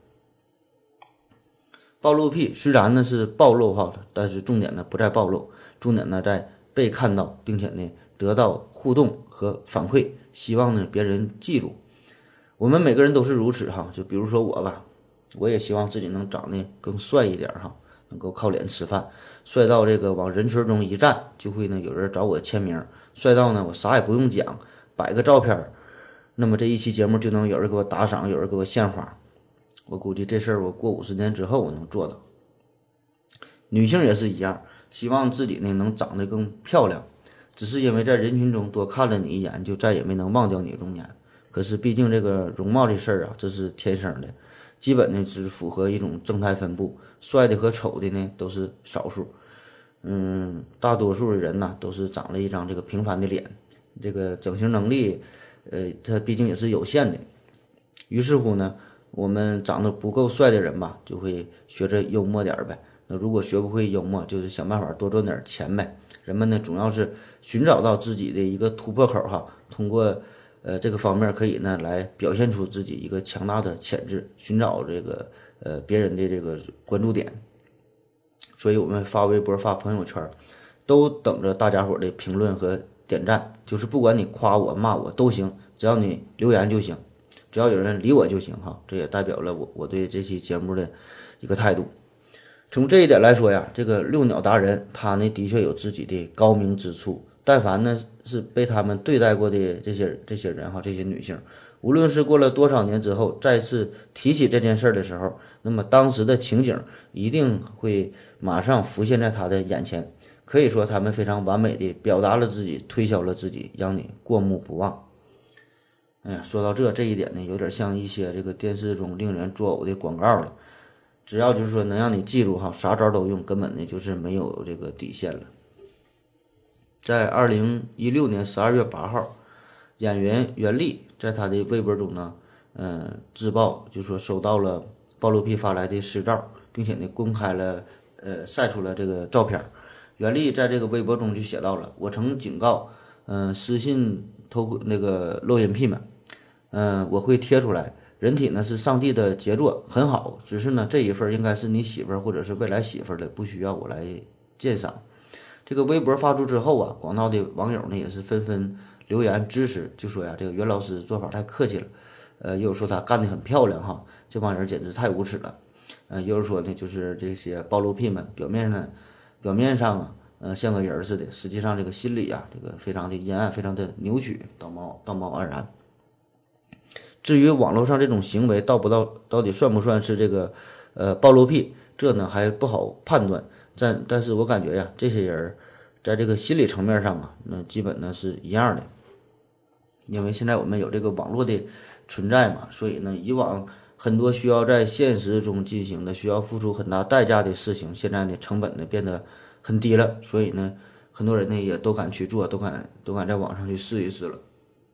暴露癖虽然呢是暴露哈，但是重点呢不在暴露，重点呢在被看到，并且呢得到互动和反馈，希望呢别人记住。我们每个人都是如此哈，就比如说我吧，我也希望自己能长得更帅一点哈，能够靠脸吃饭，帅到这个往人群中一站，就会呢有人找我签名，帅到呢我啥也不用讲，摆个照片，那么这一期节目就能有人给我打赏，有人给我献花。我估计这事儿我过50年之后我能做到。女性也是一样，希望自己呢能长得更漂亮，只是因为在人群中多看了你一眼，就再也没能忘掉你容颜。可是毕竟这个容貌这事儿啊，这是天生的，基本呢只符合一种正态分布，帅的和丑的呢都是少数。大多数的人呢都是长了一张这个平凡的脸，这个整形能力，它毕竟也是有限的。于是乎呢，我们长得不够帅的人吧，就会学着幽默点儿呗。那如果学不会幽默，就是想办法多赚点钱呗。人们呢，总要是寻找到自己的一个突破口哈，通过这个方面可以呢来表现出自己一个强大的潜质，寻找这个别人的这个关注点。所以我们发微博、发朋友圈，都等着大家伙的评论和点赞。就是不管你夸我、骂我都行，只要你留言就行。只要有人理我就行哈，这也代表了我对这期节目的一个态度。从这一点来说呀，这个遛鸟达人他呢的确有自己的高明之处。但凡呢是被他们对待过的这些人哈，这些女性，无论是过了多少年之后再次提起这件事儿的时候，那么当时的情景一定会马上浮现在他的眼前。可以说他们非常完美的表达了自己，推销了自己，让你过目不忘。哎呀，说到这一点呢，有点像一些这个电视中令人作呕的广告了。只要就是说能让你记住哈，啥招都用，根本呢就是没有这个底线了。在2016年12月8号，演员袁立在他的微博中呢，自曝就说收到了暴露癖发来的私照，并且呢公开了晒出了这个照片。袁立在这个微博中就写到了：我曾警告私信那个露阴癖们，我会贴出来，人体呢是上帝的杰作，很好，只是呢这一份应该是你媳妇儿或者是未来媳妇儿的，不需要我来鉴赏。这个微博发出之后啊，广大的网友呢也是纷纷留言支持，就说呀这个袁老师做法太客气了，也有说他干得很漂亮哈，这帮人简直太无耻了。也有说呢就是这些暴露癖们表面上啊像个人似的，实际上这个心理啊这个非常的阴暗，非常的扭曲，道貌岸然。至于网络上这种行为到底算不算是这个暴露癖，这呢还不好判断。但是我感觉呀，这些人在这个心理层面上啊，那基本呢是一样的。因为现在我们有这个网络的存在嘛，所以呢，以往很多需要在现实中进行的、需要付出很大代价的事情，现在呢成本呢变得很低了，所以呢，很多人呢也都敢去做，都敢在网上去试一试了。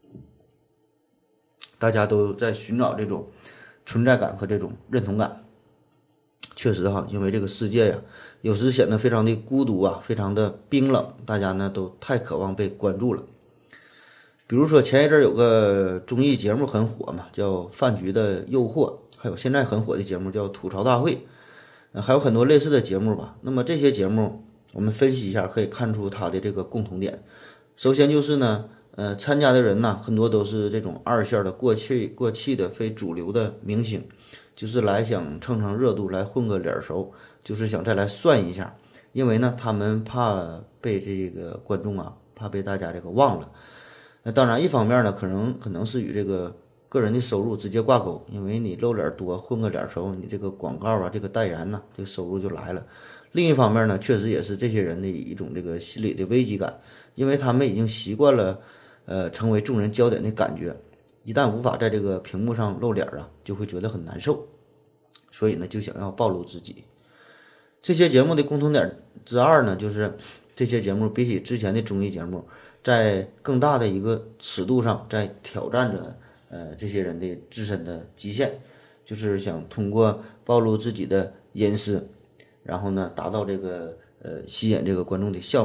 大家都在寻找这种存在感和这种认同感。确实哈，因为这个世界呀，有时显得非常的孤独啊，非常的冰冷，大家呢都太渴望被关注了。比如说前一阵有个综艺节目很火嘛，叫《饭局的诱惑》，还有现在很火的节目叫《吐槽大会》，还有很多类似的节目吧。那么这些节目我们分析一下，可以看出它的这个共同点。首先就是呢，参加的人呢，很多都是这种二线的过气的非主流的明星，就是来想蹭热度，来混个脸熟，就是想再来算一下。因为呢，他们怕被这个观众啊，怕被大家这个忘了。那当然，一方面呢，可能是与这个个人的收入直接挂钩，因为你露脸多，混个脸熟，你这个广告啊，这个代言呐，这个收入就来了。另一方面呢，确实也是这些人的一种这个心理的危机感，因为他们已经习惯了成为众人焦点的感觉，一旦无法在这个屏幕上露脸啊，就会觉得很难受，所以呢就想要暴露自己。这些节目的共同点之二呢，就是这些节目比起之前的综艺节目，在更大的一个尺度上在挑战着这些人的自身的极限，就是想通过暴露自己的隐私，然后呢达到这个吸引这个观众的效果。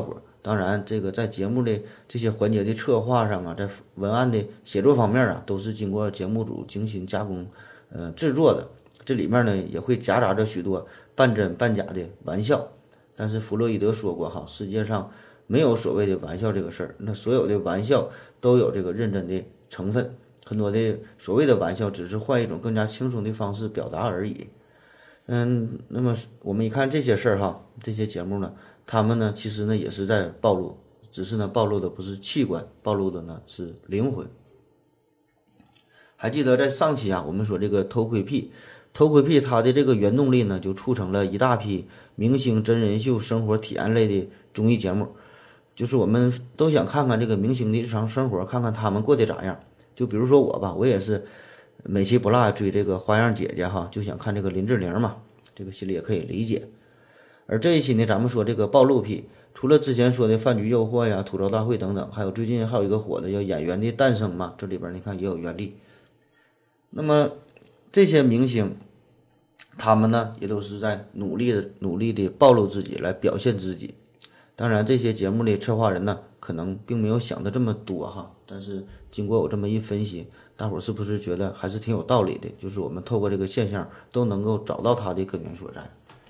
当然，这个在节目的这些环节的策划上啊，在文案的写作方面啊，都是经过节目组精心加工，制作的。这里面呢也会夹杂着许多半真半假的玩笑。但是弗洛伊德说过哈，世界上没有所谓的玩笑这个事儿，那所有的玩笑都有这个认真的成分。很多的所谓的玩笑只是换一种更加轻松的方式表达而已。那么我们一看这些事儿哈，这些节目呢，他们呢其实呢也是在暴露，只是呢暴露的不是器官，暴露的呢是灵魂。还记得在上期啊，我们说这个偷窥癖它的这个原动力呢，就促成了一大批明星真人秀生活体验类的综艺节目，就是我们都想看看这个明星的日常生活，看看他们过得咋样。就比如说我吧，我也是每期不落追这个花样姐姐哈，就想看这个林志玲嘛，这个心里也可以理解。而这一期呢，咱们说这个暴露癖，除了之前说的饭局诱惑呀、吐槽大会等等，还有最近还有一个火的叫演员的诞生嘛，这里边你看也有袁立。那么这些明星，他们呢也都是在努力的暴露自己，来表现自己。当然，这些节目的策划人呢，可能并没有想的这么多哈，但是经过我这么一分析，大伙儿是不是觉得还是挺有道理的？就是我们透过这个现象，都能够找到它的根源所在。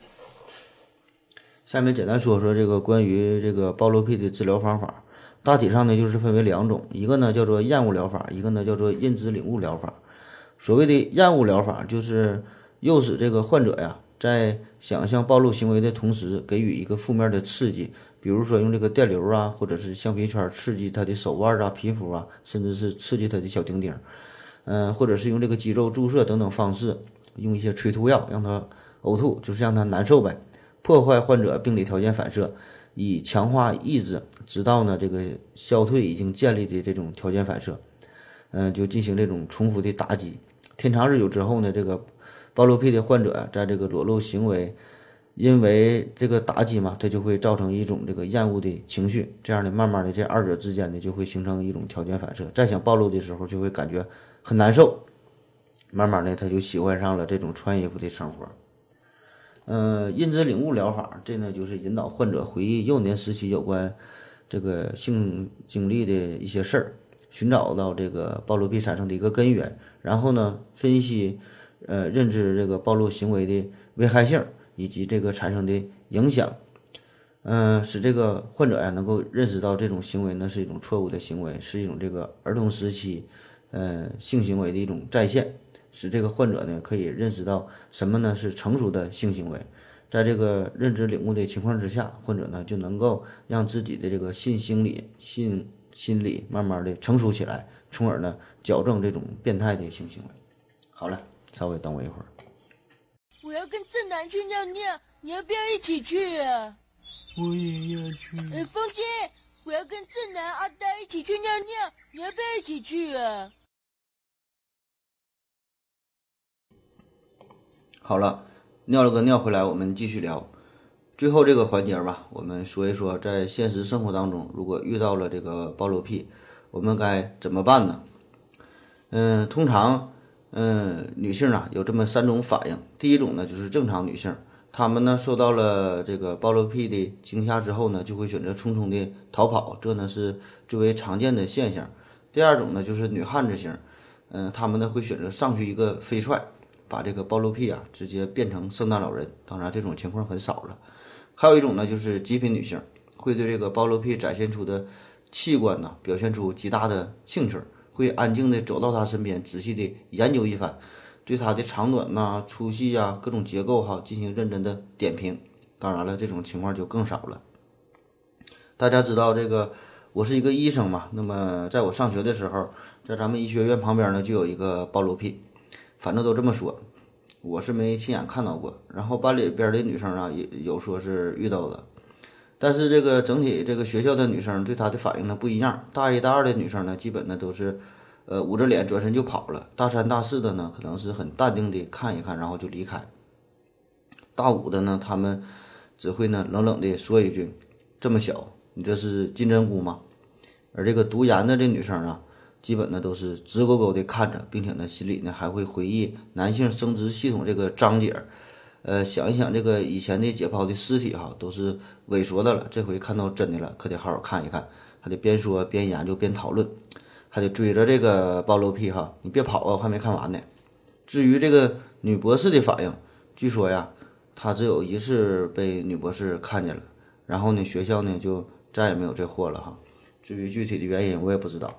下面简单说说这个关于这个暴露癖的治疗方法，大体上呢就是分为两种，一个呢叫做厌恶疗法，一个呢叫做认知领悟疗法。所谓的厌恶疗法，就是诱使这个患者呀，在想象暴露行为的同时，给予一个负面的刺激，比如说用这个电流啊，或者是橡皮圈刺激他的手腕啊、皮肤啊，甚至是刺激他的小丁丁，或者是用这个肌肉注射等等方式，用一些催吐药让他呕吐，就是让他难受呗，破坏患者病理条件反射，以强化意志，直到呢这个消退已经建立的这种条件反射，就进行这种重复的打击。天长日久之后呢，这个暴露癖的患者在这个裸露行为，因为这个打击嘛，它就会造成一种这个厌恶的情绪，这样的慢慢的这二者之间呢就会形成一种条件反射，再想暴露的时候就会感觉很难受，慢慢的他就喜欢上了这种穿衣服的生活。认知领悟疗法，这呢就是引导患者回忆幼年时期有关这个性经历的一些事儿，寻找到这个暴露癖产生的一个根源，然后呢分析认知这个暴露行为的危害性以及这个产生的影响，使这个患者呀能够认识到这种行为呢是一种错误的行为，是一种这个儿童时期性行为的一种再现，使这个患者呢可以认识到什么呢是成熟的性行为。在这个认知领悟的情况之下，患者呢就能够让自己的这个性心理慢慢的成熟起来，从而呢矫正这种变态的性行为。好了，稍微等我一会儿。 我要跟正南去尿尿，你要不要一起去啊？ 我也要去。 风姐，我要跟正南、阿呆一起去尿尿，你要不要一起去啊？ 好了，尿了个尿回来，我们继续聊。最后这个环节吧，我们说一说在现实生活当中，如果遇到了这个暴露癖，我们该怎么办呢？通常，女性啊有这么3种反应。第一种呢就是正常女性，她们呢受到了这个暴露癖的惊吓之后呢，就会选择匆匆的逃跑，这呢是最为常见的现象。第二种呢就是女汉子型，她们呢会选择上去一个飞踹，把这个暴露癖啊直接变成圣诞老人，当然这种情况很少了。还有一种呢就是极品女性，会对这个暴露癖展现出的器官呢表现出极大的兴趣，会安静的走到他身边，仔细的研究一番，对他的长短呐、粗细呀、各种结构进行认真的点评。当然了，这种情况就更少了。大家知道这个，我是一个医生嘛，那么在我上学的时候，在咱们医学院旁边呢就有一个暴露癖，反正都这么说，我是没亲眼看到过。然后班里边的女生啊，也有说是遇到的。但是这个整体这个学校的女生对她的反应呢不一样，大一大二的女生呢基本呢都是捂着脸转身就跑了，大三大四的呢可能是很淡定的看一看然后就离开，大五的呢她们只会呢冷冷的说一句，这么小你这是金针菇吗？而这个读研的这女生啊，基本呢都是直勾勾的看着，并且呢心里呢还会回忆男性生殖系统这个章节， 想一想这个以前的解剖的尸体哈，都是萎缩的了，这回看到真的了，可得好好看一看，还得边说边研究边讨论，还得追着这个暴露癖哈，你别跑啊，我还没看完呢。至于这个女博士的反应，据说呀，她只有一次被女博士看见了，然后呢，学校呢就再也没有这货了哈。至于具体的原因，我也不知道。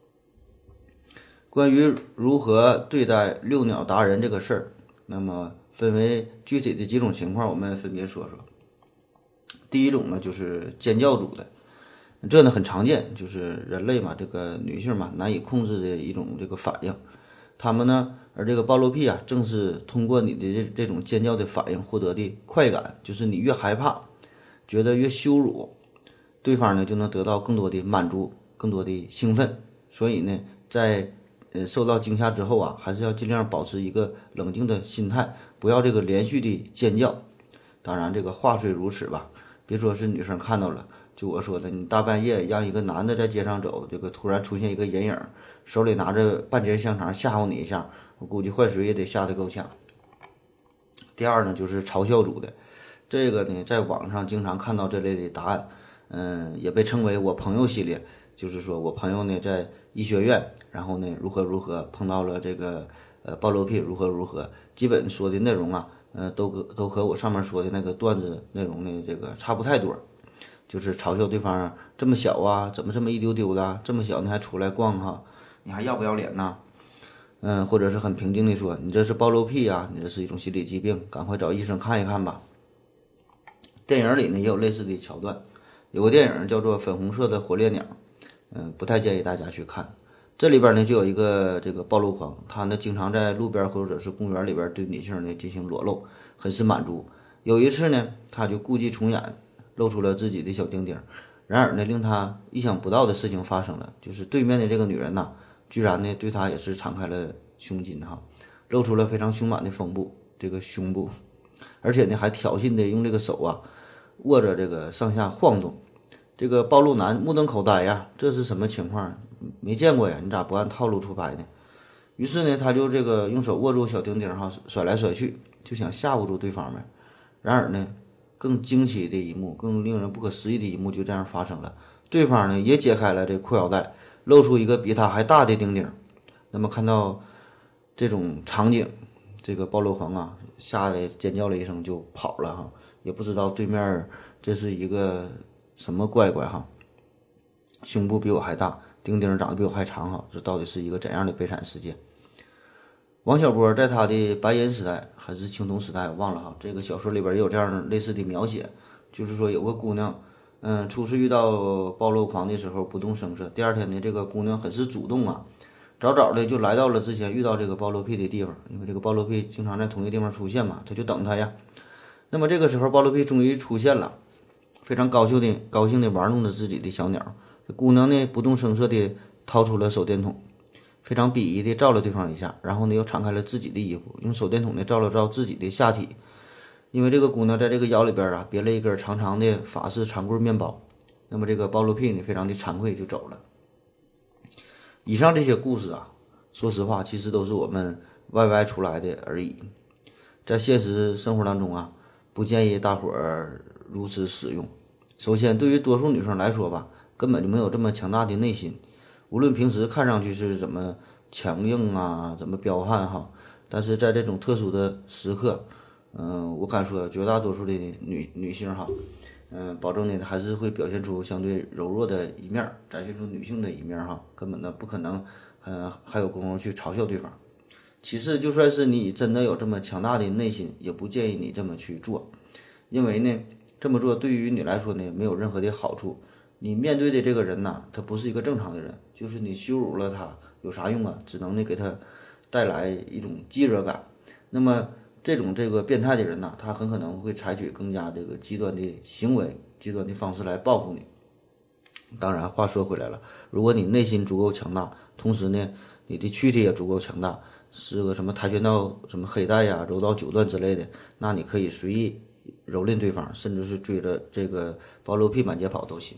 关于如何对待遛鸟达人这个事儿，那么分为具体的几种情况，我们分别说说。第一种呢，就是尖叫组的，这呢很常见，就是人类嘛，这个女性嘛难以控制的一种这个反应。他们呢，而这个暴露癖啊，正是通过你的这种尖叫的反应获得的快感，就是你越害怕，觉得越羞辱，对方呢就能得到更多的满足，更多的兴奋。所以呢，在受到惊吓之后啊，还是要尽量保持一个冷静的心态，不要这个连续的尖叫。当然，这个话虽如此吧，别说是女生看到了，就我说的，你大半夜让一个男的在街上走，这个突然出现一个人影，手里拿着半截香肠吓唬你一下，我估计换谁也得吓得够呛。第二呢，就是嘲笑组的，这个呢，在网上经常看到这类的答案，也被称为我朋友系列，就是说我朋友呢在医学院，然后呢如何如何碰到了这个暴露癖如何如何，基本说的内容啊，都和我上面说的那个段子内容呢这个差不太多，就是嘲笑对方这么小啊，怎么这么一丢丢的，这么小你还出来逛哈，你还要不要脸呢？或者是很平静地说，你这是暴露癖啊，你这是一种心理疾病，赶快找医生看一看吧。电影里呢也有类似的桥段，有个电影叫做《粉红色的火烈鸟》，不太建议大家去看。这里边呢就有一个这个暴露狂，他呢经常在路边或者是公园里边对女性呢进行裸露，很是满足。有一次呢，他就故技重演，露出了自己的小丁丁。然而呢，令他意想不到的事情发生了，就是对面的这个女人呐，居然呢对他也是敞开了胸襟哈，露出了非常凶猛的胸部，而且呢还挑衅的用这个手啊握着这个上下晃动。这个暴露男目瞪口呆呀，这是什么情况？没见过呀，你咋不按套路出牌呢？于是呢，他就这个用手握住小丁丁哈，甩来甩去，就想吓唬住对方呗。然而呢，更惊奇的一幕，更令人不可思议的一幕就这样发生了。对方呢也解开了这裤腰带，露出一个比他还大的丁丁。那么看到这种场景，这个暴露狂啊，吓得尖叫了一声就跑了哈，也不知道对面这是一个什么怪怪哈，胸部比我还大，丁丁长得比我还长哈，这到底是一个怎样的悲惨世界？王小波在他的白银时代还是青铜时代，我忘了哈，这个小说里边也有这样类似的描写，就是说有个姑娘，初次遇到暴露狂的时候不动声色，第二天呢，这个姑娘很是主动啊，早早的就来到了之前遇到这个暴露癖的地方，因为这个暴露癖经常在同一个地方出现嘛，他就等他呀。那么这个时候暴露癖终于出现了，非常高兴的玩弄着自己的小鸟。这姑娘呢不动声色地掏出了手电筒，非常鄙夷地照了对方一下，然后呢又敞开了自己的衣服，用手电筒呢照了照自己的下体。因为这个姑娘在这个腰里边啊别了一根长长的法式长棍面包，那么这个暴露癖呢非常的惭愧就走了。以上这些故事啊，说实话其实都是我们YY出来的而已，在现实生活当中啊，不建议大伙儿如此使用。首先，对于多数女生来说吧，根本就没有这么强大的内心，无论平时看上去是怎么强硬啊，怎么彪悍哈，但是在这种特殊的时刻，我敢说绝大多数的女性哈，保证呢还是会表现出相对柔弱的一面，展现出女性的一面哈，根本呢不可能，还有功夫去嘲笑对方。其次，就算是你真的有这么强大的内心，也不建议你这么去做，因为呢，这么做对于你来说呢没有任何的好处。你面对的这个人呐，他不是一个正常的人，就是你羞辱了他，有啥用啊？只能呢给他带来一种激惹感。那么这个变态的人呐，他很可能会采取更加这个极端的行为、极端的方式来报复你。当然，话说回来了，如果你内心足够强大，同时呢你的躯体也足够强大，是个什么跆拳道什么黑带呀、柔道九段之类的，那你可以随意蹂躏对方，甚至是追着这个暴露癖满街跑都行。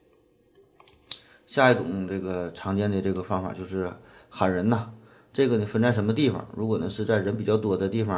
下一种这个常见的这个方法就是喊人呐，这个呢分在什么地方？如果呢是在人比较多的地方，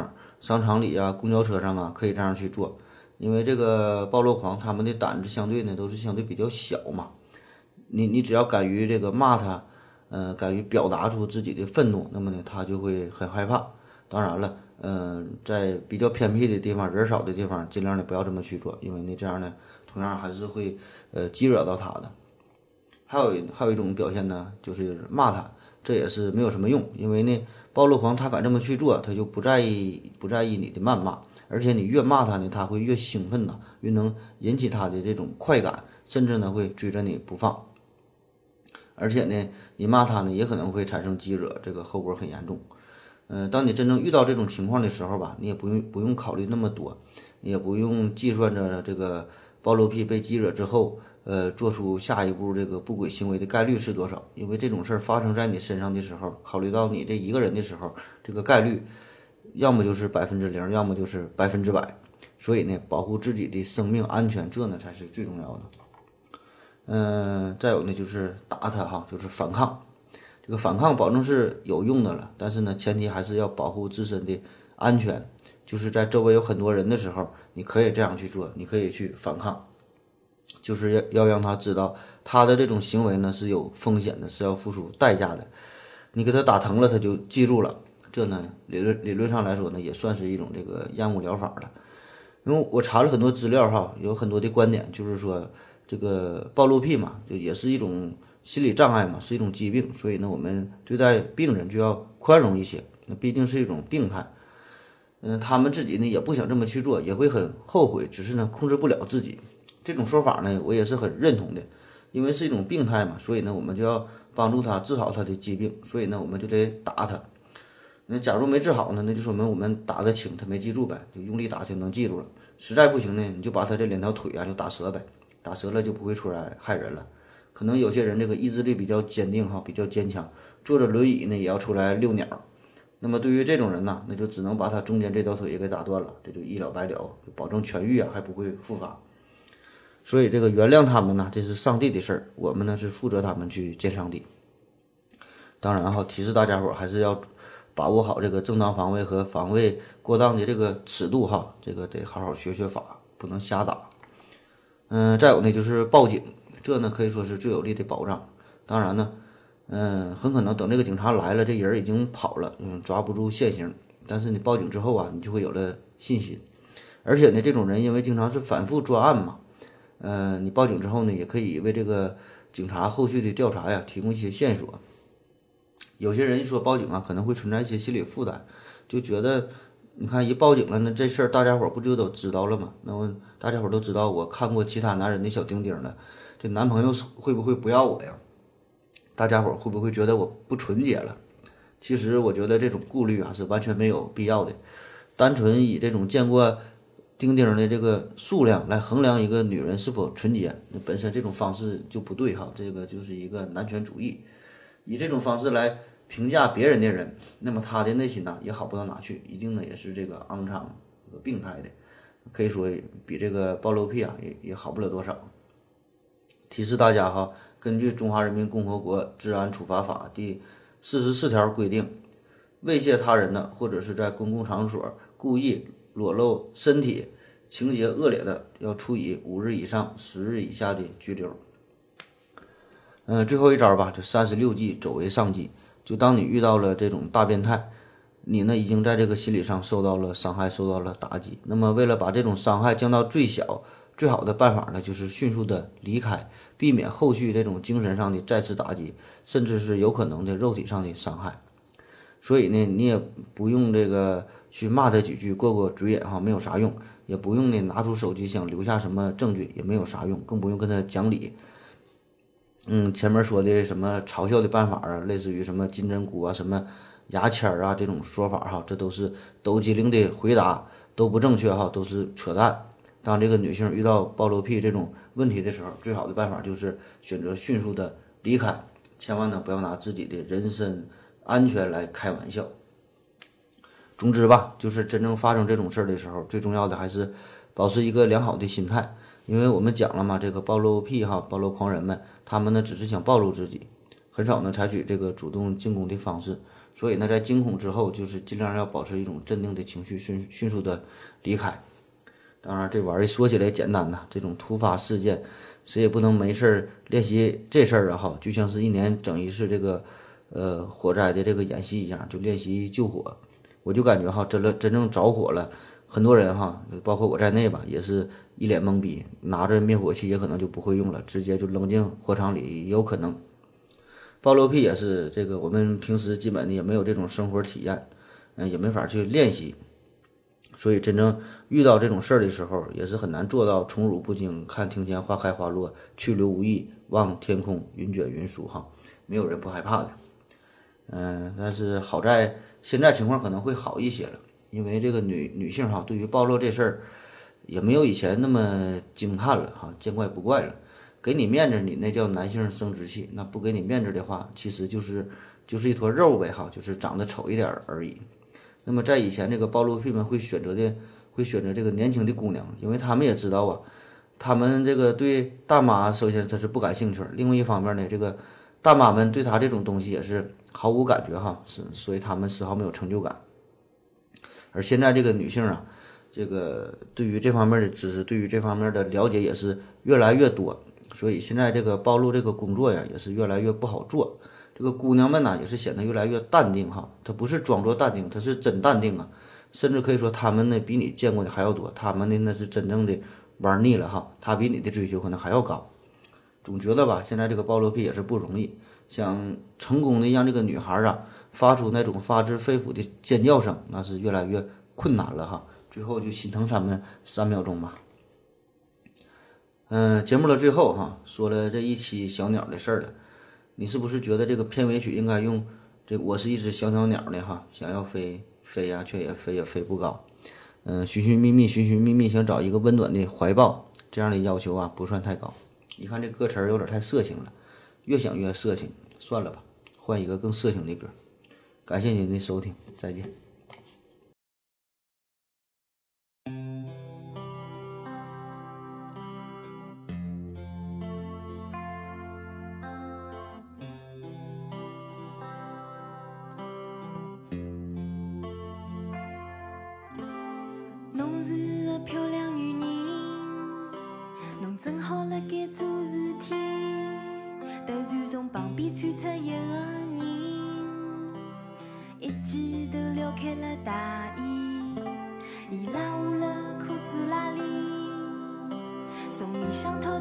商场里啊、公交车上啊，可以这样去做。因为这个暴露狂他们的胆子相对呢都是相对比较小嘛，你只要敢于这个骂他，敢于表达出自己的愤怒，那么呢他就会很害怕。当然了，在比较偏僻的地方、人少的地方，尽量的不要这么去做，因为呢这样呢同样还是会激惹到他的。还有一种表现呢，就是骂他，这也是没有什么用，因为呢暴露狂他敢这么去做，他就不在意你的谩骂。而且你越骂他呢，他会越兴奋呐，越能引起他的这种快感，甚至呢会追着你不放。而且呢，你骂他呢，也可能会产生激惹，这个后果很严重。当你真正遇到这种情况的时候吧，你也不用考虑那么多，也不用计算着这个暴露癖被激惹之后，做出下一步这个不轨行为的概率是多少？因为这种事儿发生在你身上的时候，考虑到你这一个人的时候，这个概率要么就是0%，要么就是100%，所以呢，保护自己的生命安全，这呢才是最重要的。再有呢就是打他哈，就是反抗。这个反抗保证是有用的了，但是呢，前提还是要保护自身的安全。就是在周围有很多人的时候，你可以这样去做，你可以去反抗，就是要让他知道他的这种行为呢是有风险的，是要付出代价的。你给他打疼了，他就记住了。这呢，理论上来说呢，也算是一种这个厌恶疗法了。因为我查了很多资料哈，有很多的观点，就是说这个暴露癖嘛，就也是一种心理障碍嘛，是一种疾病，所以呢，我们对待病人就要宽容一些。那毕竟是一种病态，他们自己呢也不想这么去做，也会很后悔，只是呢控制不了自己。这种说法呢，我也是很认同的，因为是一种病态嘛，所以呢，我们就要帮助他治好他的疾病，所以呢，我们就得打他。那假如没治好呢，那就说明我们打得轻，他没记住呗，就用力打就能记住了。实在不行呢，你就把他这2条腿啊就打折呗，打折了就不会出来害人了。可能有些人这个意志力比较坚定哈，比较坚强，坐着轮椅呢也要出来遛鸟。那么对于这种人呢，那就只能把他中间这条腿也给打断了，这就一了百了，就保证痊愈啊，还不会复发。所以这个原谅他们呢，这是上帝的事儿，我们呢是负责他们去见上帝。当然哈，提示大家伙还是要把握好这个正当防卫和防卫过当的这个尺度哈，这个得好好学法，不能瞎打。再有呢就是报警，这呢可以说是最有力的保障。当然呢，很可能等这个警察来了，这人已经跑了，抓不住现行。但是你报警之后啊，你就会有了信心。而且呢，这种人因为经常是反复作案嘛，你报警之后呢，也可以为这个警察后续的调查呀提供一些线索。有些人一说报警啊，可能会存在一些心理负担，就觉得你看一报警了，那这事儿大家伙不就都知道了吗？那么大家伙都知道我看过其他男人的小丁丁了，这男朋友会不会不要我呀？大家伙会不会觉得我不纯洁了？其实我觉得这种顾虑啊是完全没有必要的。单纯以这种见过丁丁的这个数量来衡量一个女人是否纯洁，那本身这种方式就不对哈，这个就是一个男权主义。以这种方式来评价别人的人，那么他的内心呢也好不到哪去，一定呢也是这个肮脏、这个病态的，可以说比这个暴露癖啊也好不了多少。提示大家哈，根据《中华人民共和国治安处罚法》第44条规定，猥亵他人的或者是在公共场所故意裸露身体，情节恶劣的，要处以5日以上10日以下的拘留。最后一招吧，就36计走为上计。就当你遇到了这种大变态，你呢已经在这个心理上受到了伤害，受到了打击。那么为了把这种伤害降到最小，最好的办法呢就是迅速的离开，避免后续这种精神上的再次打击，甚至是有可能的肉体上的伤害。所以呢，你也不用这个去骂他几句，过嘴瘾哈，没有啥用。也不用呢拿出手机想留下什么证据，也没有啥用，更不用跟他讲理。前面说的什么嘲笑的办法啊，类似于什么金针菇啊、什么牙签啊这种说法哈，这都是抖机灵的回答，都不正确哈，都是扯淡。当这个女性遇到暴露癖这种问题的时候，最好的办法就是选择迅速的离开，千万呢不要拿自己的人身安全来开玩笑。总之吧，就是真正发生这种事儿的时候，最重要的还是保持一个良好的心态。因为我们讲了嘛，这个暴露癖哈，暴露狂人们，他们呢只是想暴露自己，很少呢采取这个主动进攻的方式。 所以呢，在惊恐之后，就是尽量要保持一种镇定的情绪，迅速的离开。当然，这玩意儿说起来简单呐，这种突发事件，谁也不能没事儿练习这事儿啊哈，就像是一年整一次这个火灾的这个演习一样，就练习救火。我就感觉哈，真正着火了，很多人哈，包括我在内吧，也是一脸懵逼，拿着灭火器也可能就不会用了，直接就扔进火场里也有可能。暴露癖也是这个，我们平时基本的也没有这种生活体验，也没法去练习。所以真正遇到这种事儿的时候，也是很难做到宠辱不惊，看庭前花开花落，去留无意，望天空云卷云舒哈，没有人不害怕的。但是好在现在情况可能会好一些了，因为这个女性哈，对于暴露这事儿也没有以前那么惊叹了哈，见怪不怪了。给你面子，你那叫男性生殖器；那不给你面子的话，其实就是一坨肉呗哈，就是长得丑一点而已。那么在以前，这个暴露癖们会选择这个年轻的姑娘，因为他们也知道啊，他们这个对大妈首先他是不感兴趣，另外一方面呢，这个大妈们对他这种东西也是毫无感觉哈，所以他们丝毫没有成就感。而现在这个女性啊，这个对于这方面的知识，对于这方面的了解也是越来越多，所以现在这个暴露这个工作呀，也是越来越不好做。这个姑娘们呢，也是显得越来越淡定哈，她不是装作淡定，她是真淡定啊，甚至可以说她们呢比你见过的还要多，她们呢那是真正的玩腻了哈，她比你的追求可能还要高。总觉得吧，现在这个暴露癖也是不容易，想成功的让这个女孩啊发出那种发自肺腑的尖叫声，那是越来越困难了哈。最后就心疼他们3秒钟吧。节目的最后哈，说了这一期小鸟的事儿了，你是不是觉得这个片尾曲应该用这我是一只小鸟呢哈，想要飞呀，却也飞不高。寻寻觅觅，想找一个温暖的怀抱，这样的要求啊不算太高。一看这歌词有点太色情了，越想越色情，算了吧，换一个更色情的歌。感谢您的收听，再见。 侬是个漂亮女人，侬正好辣盖做事体，突然从旁边窜出一个人，一记头撩开了大衣，伊拉下了裤子拉链，从面相套